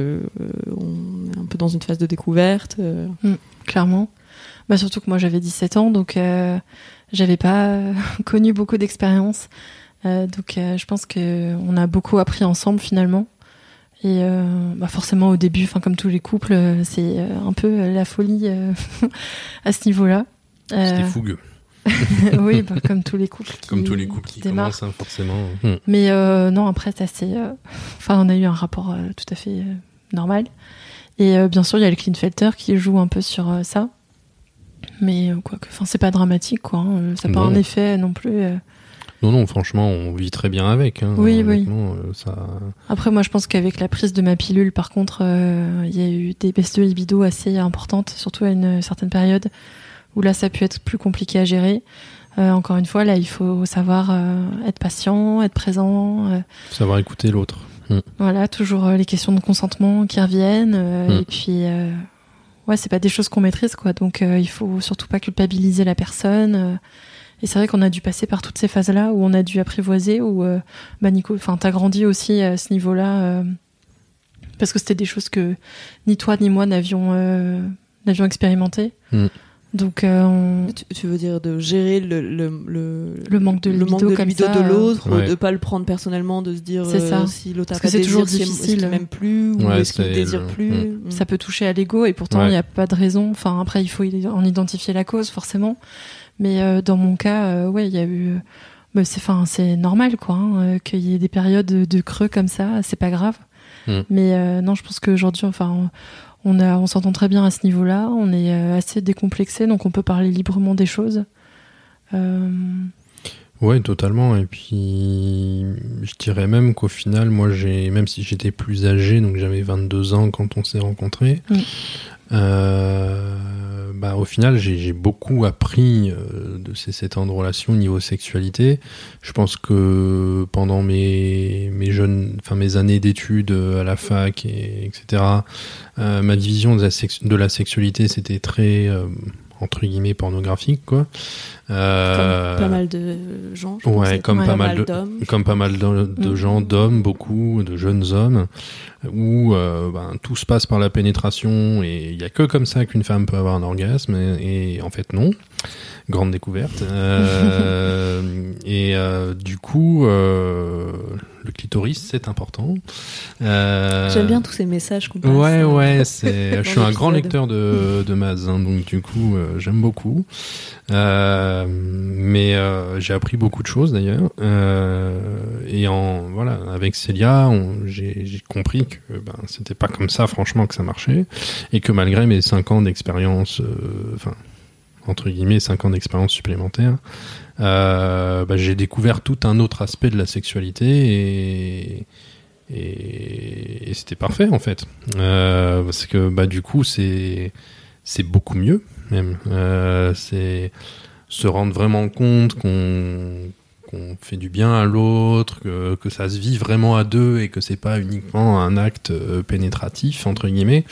on est un peu dans une phase de découverte Clairement. Bah, surtout que moi, j'avais 17 ans, donc j'avais pas connu beaucoup d'expérience. Donc je pense qu'on a beaucoup appris ensemble, finalement. Et forcément au début, comme tous les couples, c'est un peu la folie à ce niveau-là. C'était fougueux. Oui, comme tous les couples. Comme tous les couples qui démarrent. commencent, forcément. Mais non, après, c'est assez... on a eu un rapport tout à fait normal. Et bien sûr, il y a le Klinefelter qui joue un peu sur ça. Mais c'est pas dramatique, quoi. Hein. Ça n'a pas un effet non plus... Non, franchement, on vit très bien avec. Hein, oui. Ça... Après, moi, je pense qu'avec la prise de ma pilule, par contre, il y a eu des baisses de libido assez importantes, surtout à une certaine période, où là, ça a pu être plus compliqué à gérer. Encore une fois, là, il faut savoir être patient, être présent. Savoir écouter l'autre. Voilà, toujours les questions de consentement qui reviennent. Et puis, c'est pas des choses qu'on maîtrise, quoi. Donc, il faut surtout pas culpabiliser la personne. Et c'est vrai qu'on a dû passer par toutes ces phases-là où on a dû apprivoiser, où Nico, t'as grandi aussi à ce niveau-là, parce que c'était des choses que ni toi ni moi n'avions expérimentées. Donc, tu veux dire de gérer le manque de libido, comme ça, de l'autre, ouais. de pas le prendre personnellement, de se dire Parce si l'autre a que pas c'est de toujours désir, difficile. est-ce qu'il m'aime plus ou est-ce qu'il ne désire plus. Ça peut toucher à l'ego et pourtant il n'y a pas de raison. Enfin, après, il faut en identifier la cause, forcément. Mais dans mon cas, il y a eu... c'est normal, quoi, hein, qu'il y ait des périodes de creux comme ça, c'est pas grave. Mais non, je pense qu'aujourd'hui, on s'entend très bien à ce niveau-là, on est assez décomplexé, donc on peut parler librement des choses. Ouais, totalement. Et puis, je dirais même qu'au final, moi, même si j'étais plus âgé, donc j'avais 22 ans quand on s'est rencontrés, au final, j'ai beaucoup appris de ces 7 ans de relation au niveau sexualité. Je pense que pendant mes années d'études à la fac, etc., ma vision de la sexualité, c'était très... entre guillemets pornographique, quoi. Comme pas mal de gens. Comme pas mal de gens, d'hommes, beaucoup de jeunes hommes, où tout se passe par la pénétration et il y a que comme ça qu'une femme peut avoir un orgasme et en fait non. Grande découverte. Du coup, le clitoris, c'est important. J'aime bien tous ces messages qu'on passe. Je suis un grand lecteur de Maz, hein, donc du coup, j'aime beaucoup. Mais j'ai appris beaucoup de choses d'ailleurs. Et avec Célia, j'ai compris que c'était pas comme ça, franchement, que ça marchait, et que malgré mes 5 ans d'expérience, entre guillemets 5 ans d'expérience supplémentaire, j'ai découvert tout un autre aspect de la sexualité et c'était parfait en fait, parce que du coup c'est beaucoup mieux même, c'est se rendre vraiment compte qu'on fait du bien à l'autre, que ça se vit vraiment à deux et que c'est pas uniquement un acte pénétratif entre guillemets,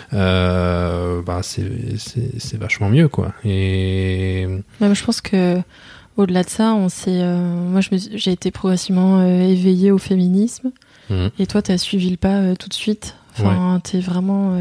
c'est vachement mieux, quoi. Et je pense que au-delà de ça, j'ai été progressivement éveillée au féminisme, et toi t'as suivi le pas tout de suite. T'es vraiment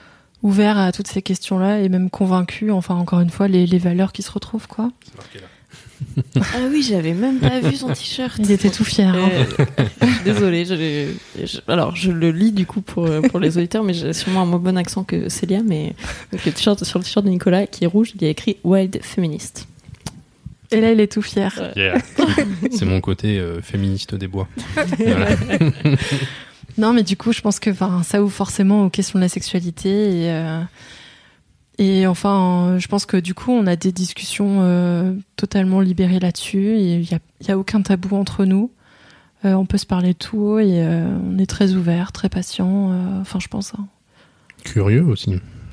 ouvert à toutes ces questions-là et même convaincu, encore une fois, les valeurs qui se retrouvent, quoi. C'est marqué là. Ah oui, j'avais même pas vu son t-shirt. Il était tout fier. Désolée, alors je le lis du coup pour les auditeurs, mais j'ai sûrement un moins bon accent que Célia, mais sur le t-shirt de Nicolas qui est rouge, il y a écrit Wild Feminist. Et là, il est tout fier. Yeah. C'est mon côté féministe des bois. Voilà. Non, mais du coup, je pense que ça ouvre forcément aux questions de la sexualité. Et enfin, je pense que du coup, on a des discussions totalement libérées là-dessus. Et il n'y a aucun tabou entre nous. On peut se parler tout haut et on est très ouvert, très patient. Enfin, je pense. Hein. Curieux aussi.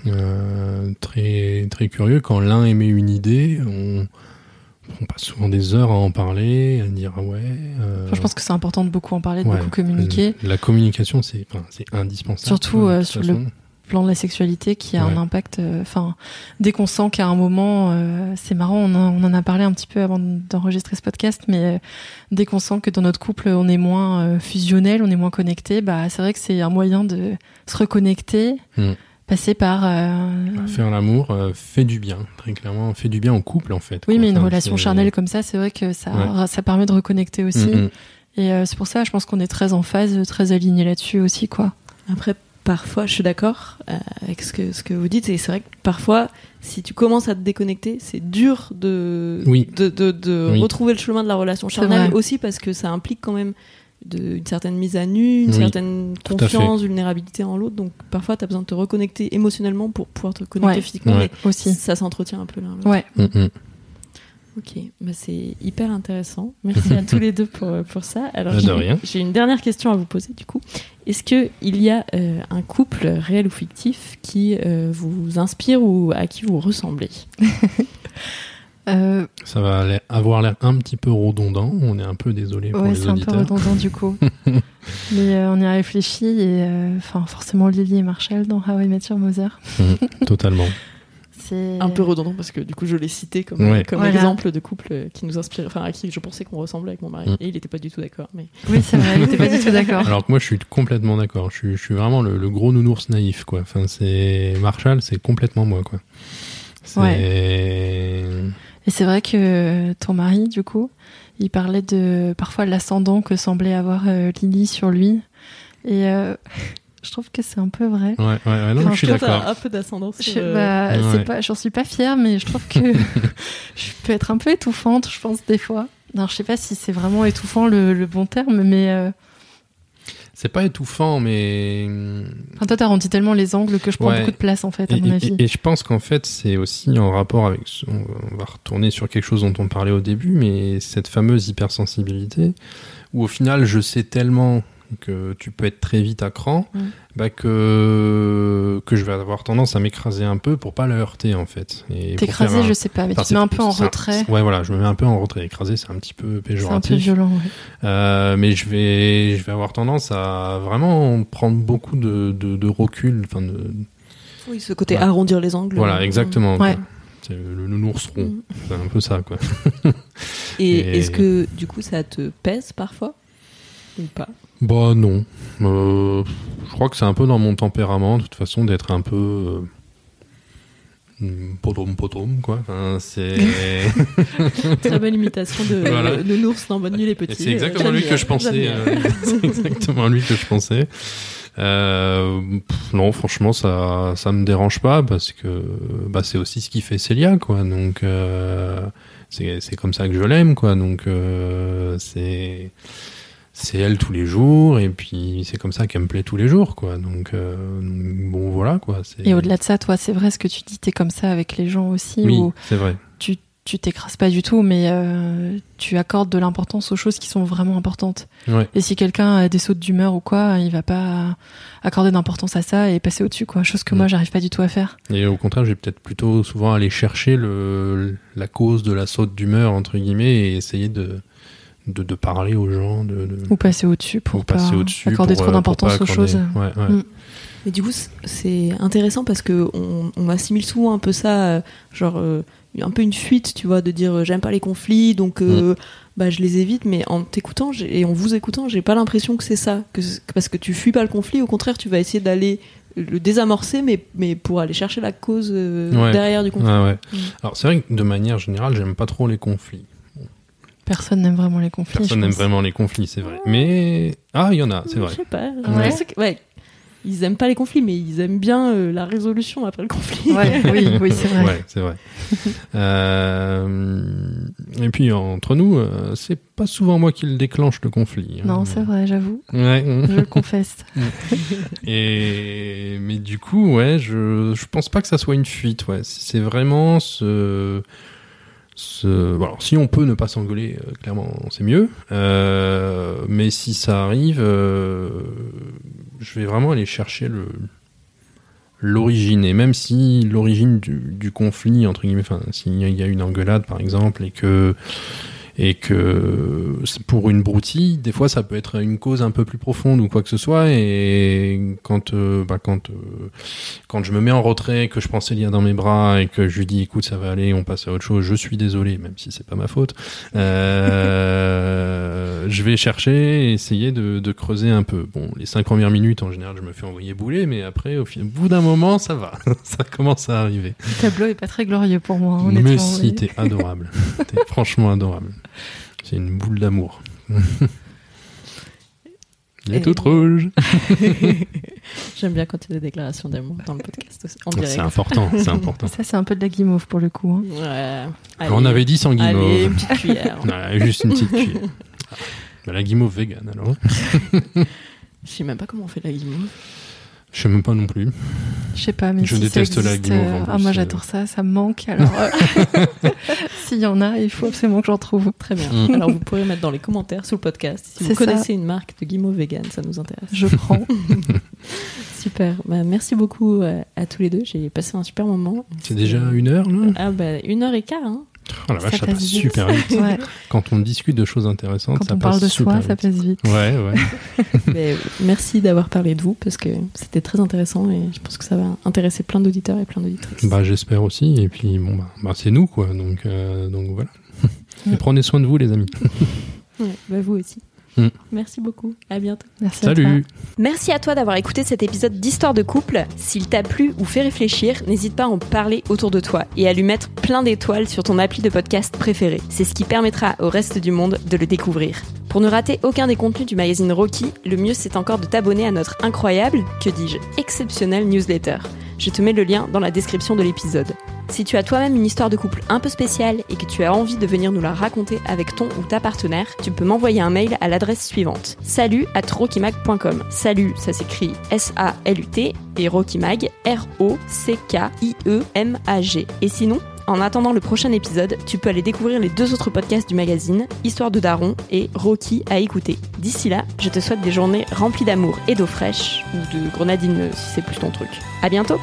Très, très curieux. Quand l'un émet une idée, on passe souvent des heures à en parler, à dire ouais. Enfin, je pense que c'est important de beaucoup en parler, de beaucoup communiquer. La communication, c'est indispensable. Surtout sur le plan de la sexualité qui a un impact. Dès qu'on sent qu'à un moment, c'est marrant, on en a parlé un petit peu avant d'enregistrer ce podcast, mais dès qu'on sent que dans notre couple, on est moins fusionnel, on est moins connecté, c'est vrai que c'est un moyen de se reconnecter. Passer par faire l'amour fait du bien, très clairement, fait du bien au couple en fait. Oui, mais une relation charnelle comme ça, c'est vrai que ça permet de reconnecter aussi. Et c'est pour ça, je pense qu'on est très en phase, très alignés là-dessus aussi, quoi. Après, parfois, je suis d'accord avec ce que vous dites, et c'est vrai que parfois, si tu commences à te déconnecter, c'est dur de retrouver le chemin de la relation charnelle aussi, parce que ça implique quand même une certaine mise à nu, une certaine confiance, vulnérabilité en l'autre. Donc parfois, tu as besoin de te reconnecter émotionnellement pour pouvoir te connecter physiquement. Mais aussi. Ça s'entretient un peu l'un l'autre. Ouais. Ok, c'est hyper intéressant. Merci à tous les deux pour ça. Alors, j'ai une dernière question à vous poser du coup. Est-ce qu'il y a un couple réel ou fictif qui vous inspire ou à qui vous ressemblez? Ça va avoir l'air un petit peu redondant. On est un peu désolé pour les auditeurs. C'est un peu redondant du coup. Mais on y a réfléchi et forcément Lily et Marshall dans How I Met Your Mother. Totalement. C'est un peu redondant parce que du coup je l'ai cité comme exemple de couple qui nous inspire, à qui je pensais qu'on ressemblait avec mon mari et il n'était pas du tout d'accord. Mais... Oui, c'est vrai, il n'était pas du tout d'accord. Alors que moi je suis complètement d'accord. Je suis vraiment le gros nounours naïf, quoi. Enfin, c'est Marshall, c'est complètement moi, quoi. Et c'est vrai que ton mari, du coup, il parlait de parfois l'ascendant que semblait avoir Lily sur lui. Et je trouve que c'est un peu vrai. Non, je suis d'accord. Un peu d'ascendance. J'en suis pas fière, mais je trouve que je peux être un peu étouffante, je pense, des fois. Alors, je sais pas si c'est vraiment étouffant le bon terme, mais... C'est pas étouffant, mais... Enfin, toi, t'arrondis tellement les angles que je prends beaucoup de place, en fait, à mon avis. Et je pense qu'en fait, c'est aussi en rapport avec... On va retourner sur quelque chose dont on parlait au début, mais cette fameuse hypersensibilité, où au final, je sais tellement que tu peux être très vite à cran, que je vais avoir tendance à m'écraser un peu pour pas la heurter, en fait. T'écraser, je sais pas, mais tu te mets un peu en retrait. Ouais, voilà, je me mets un peu en retrait. Écraser, c'est un petit peu péjoratif. C'est un peu violent, mais je vais avoir tendance à vraiment prendre beaucoup de recul. Oui, ce côté arrondir les angles. Voilà, exactement. Ouais. C'est le nounours rond. C'est un peu ça, quoi. Et est-ce que, du coup, ça te pèse parfois ou pas? Bah non. Je crois que c'est un peu dans mon tempérament, de toute façon, d'être un peu potom, quoi. Enfin, c'est... Très bonne imitation de l'ours dans Bonne Nuit les Petits. C'est exactement lui que je pensais. C'est exactement lui que je pensais. Non, franchement, ça me dérange pas parce que c'est aussi ce qui fait Célia, quoi. Donc c'est comme ça que je l'aime, quoi. Donc c'est elle tous les jours, et puis c'est comme ça qu'elle me plaît tous les jours, quoi. Donc bon, voilà, quoi. Et au-delà de ça, toi, c'est vrai ce que tu dis, t'es comme ça avec les gens aussi. Oui, c'est vrai. Tu t'écrases pas du tout, mais tu accordes de l'importance aux choses qui sont vraiment importantes. Ouais. Et si quelqu'un a des sautes d'humeur ou quoi, il va pas accorder d'importance à ça et passer au-dessus, quoi. Chose que moi, j'arrive pas du tout à faire. Et au contraire, je vais peut-être plutôt souvent aller chercher la cause de la saute d'humeur, entre guillemets, et essayer de parler aux gens, ou passer au-dessus pour pas accorder trop d'importance aux choses. Mais du coup, c'est intéressant parce que on assimile souvent un peu ça, un peu une fuite, tu vois, de dire j'aime pas les conflits, donc je les évite. Mais en t'écoutant et en vous écoutant, j'ai pas l'impression que c'est ça, parce que tu fuis pas le conflit. Au contraire, tu vas essayer d'aller le désamorcer, mais pour aller chercher la cause derrière du conflit. Alors c'est vrai que de manière générale, j'aime pas trop les conflits. Personne n'aime vraiment les conflits. Personne n'aime vraiment les conflits, c'est vrai. Mais il y en a, c'est vrai. Je sais pas. Ouais. Ils aiment pas les conflits, mais ils aiment bien la résolution après le conflit. Oui, c'est vrai. Ouais, c'est vrai. Et puis entre nous, c'est pas souvent moi qui le déclenche le conflit. Non, c'est vrai, j'avoue. Ouais. Je le confesse. Mais du coup, ouais, je pense pas que ça soit une fuite. Ouais, c'est vraiment alors, si on peut ne pas s'engueuler, clairement, c'est mieux. Mais si ça arrive, je vais vraiment aller chercher l'origine. Et même si l'origine du conflit, entre guillemets, s'il y a une engueulade, par exemple, et que pour une broutille, des fois ça peut être une cause un peu plus profonde ou quoi que ce soit, et quand je me mets en retrait, que je prends Célia dans mes bras et que je lui dis écoute ça va aller, on passe à autre chose, je suis désolé même si c'est pas ma faute, je vais chercher et essayer de creuser un peu. Bon, les 5 premières minutes en général je me fais envoyer bouler, mais après au bout d'un moment ça va. Ça commence à arriver. Le tableau est pas très glorieux pour moi, honnêtement. Mais si, t'es adorable. T'es franchement adorable. C'est une boule d'amour. Elle est toute rouge. J'aime bien quand il y a des déclarations d'amour dans le podcast en direct. C'est important, c'est important. Ça, c'est un peu de la guimauve pour le coup. Hein. Ouais. Allez, on avait dit sans guimauve. Allez, une petite cuillère. Juste une petite cuillère. La guimauve vegan, alors. Je sais même pas comment on fait la guimauve. Je sais même pas non plus. Je sais pas, mais je si déteste ça existe, la guimauve. En plus, moi j'adore ça, ça me manque. Alors, s'il y en a, il faut absolument que j'en trouve. Très bien. Alors vous pourrez mettre dans les commentaires sous le podcast si vous connaissez une marque de guimauve vegan, ça nous intéresse. Je prends. Super. Merci beaucoup à tous les deux. J'ai passé un super moment. C'est déjà 1 heure là. 1h15. Hein. Oh la vache, ça passe super vite. Ouais. Quand on discute de choses intéressantes, quand ça on passe parle de super soi, vite. ça passe vite. Ouais. Mais merci d'avoir parlé de vous parce que c'était très intéressant et je pense que ça va intéresser plein d'auditeurs et plein d'auditrices. J'espère aussi. Et puis c'est nous quoi. Donc voilà. Et prenez soin de vous les amis. Ouais, vous aussi. Merci beaucoup. À bientôt. Merci. Salut. À toi. Merci à toi d'avoir écouté cet épisode d'Histoire de couple. S'il t'a plu ou fait réfléchir, n'hésite pas à en parler autour de toi et à lui mettre plein d'étoiles sur ton appli de podcast préféré. C'est ce qui permettra au reste du monde de le découvrir. Pour ne rater aucun des contenus du magazine Rocky, le mieux c'est encore de t'abonner à notre incroyable, que dis-je, exceptionnelle newsletter. Je te mets le lien dans la description de l'épisode. Si tu as toi-même une histoire de couple un peu spéciale et que tu as envie de venir nous la raconter avec ton ou ta partenaire, tu peux m'envoyer un mail à l'adresse suivante: salut@rockymag.com. Salut, ça s'écrit S-A-L-U-T et Rockymag, R-O-C-K-I-E-M-A-G. Et sinon, en attendant le prochain épisode, tu peux aller découvrir les 2 autres podcasts du magazine, Histoire de Daron et Rocky à écouter. D'ici là, je te souhaite des journées remplies d'amour et d'eau fraîche, ou de grenadine si c'est plus ton truc. À bientôt!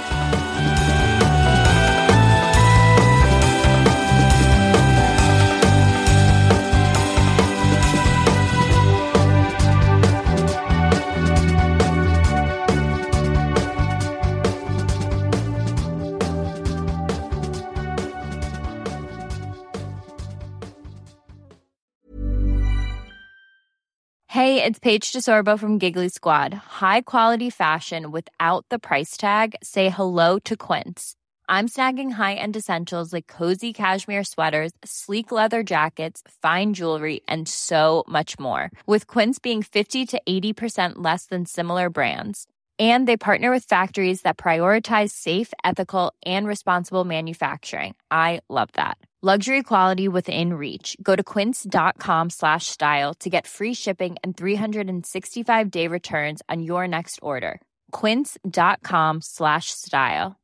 Hey, it's Paige DeSorbo from Giggly Squad. High quality fashion without the price tag. Say hello to Quince. I'm snagging high-end essentials like cozy cashmere sweaters, sleek leather jackets, fine jewelry, and so much more. With Quince being 50 to 80% less than similar brands. And they partner with factories that prioritize safe, ethical, and responsible manufacturing. I love that. Luxury quality within reach. Go to quince.com/style to get free shipping and 365-day returns on your next order. Quince.com/style.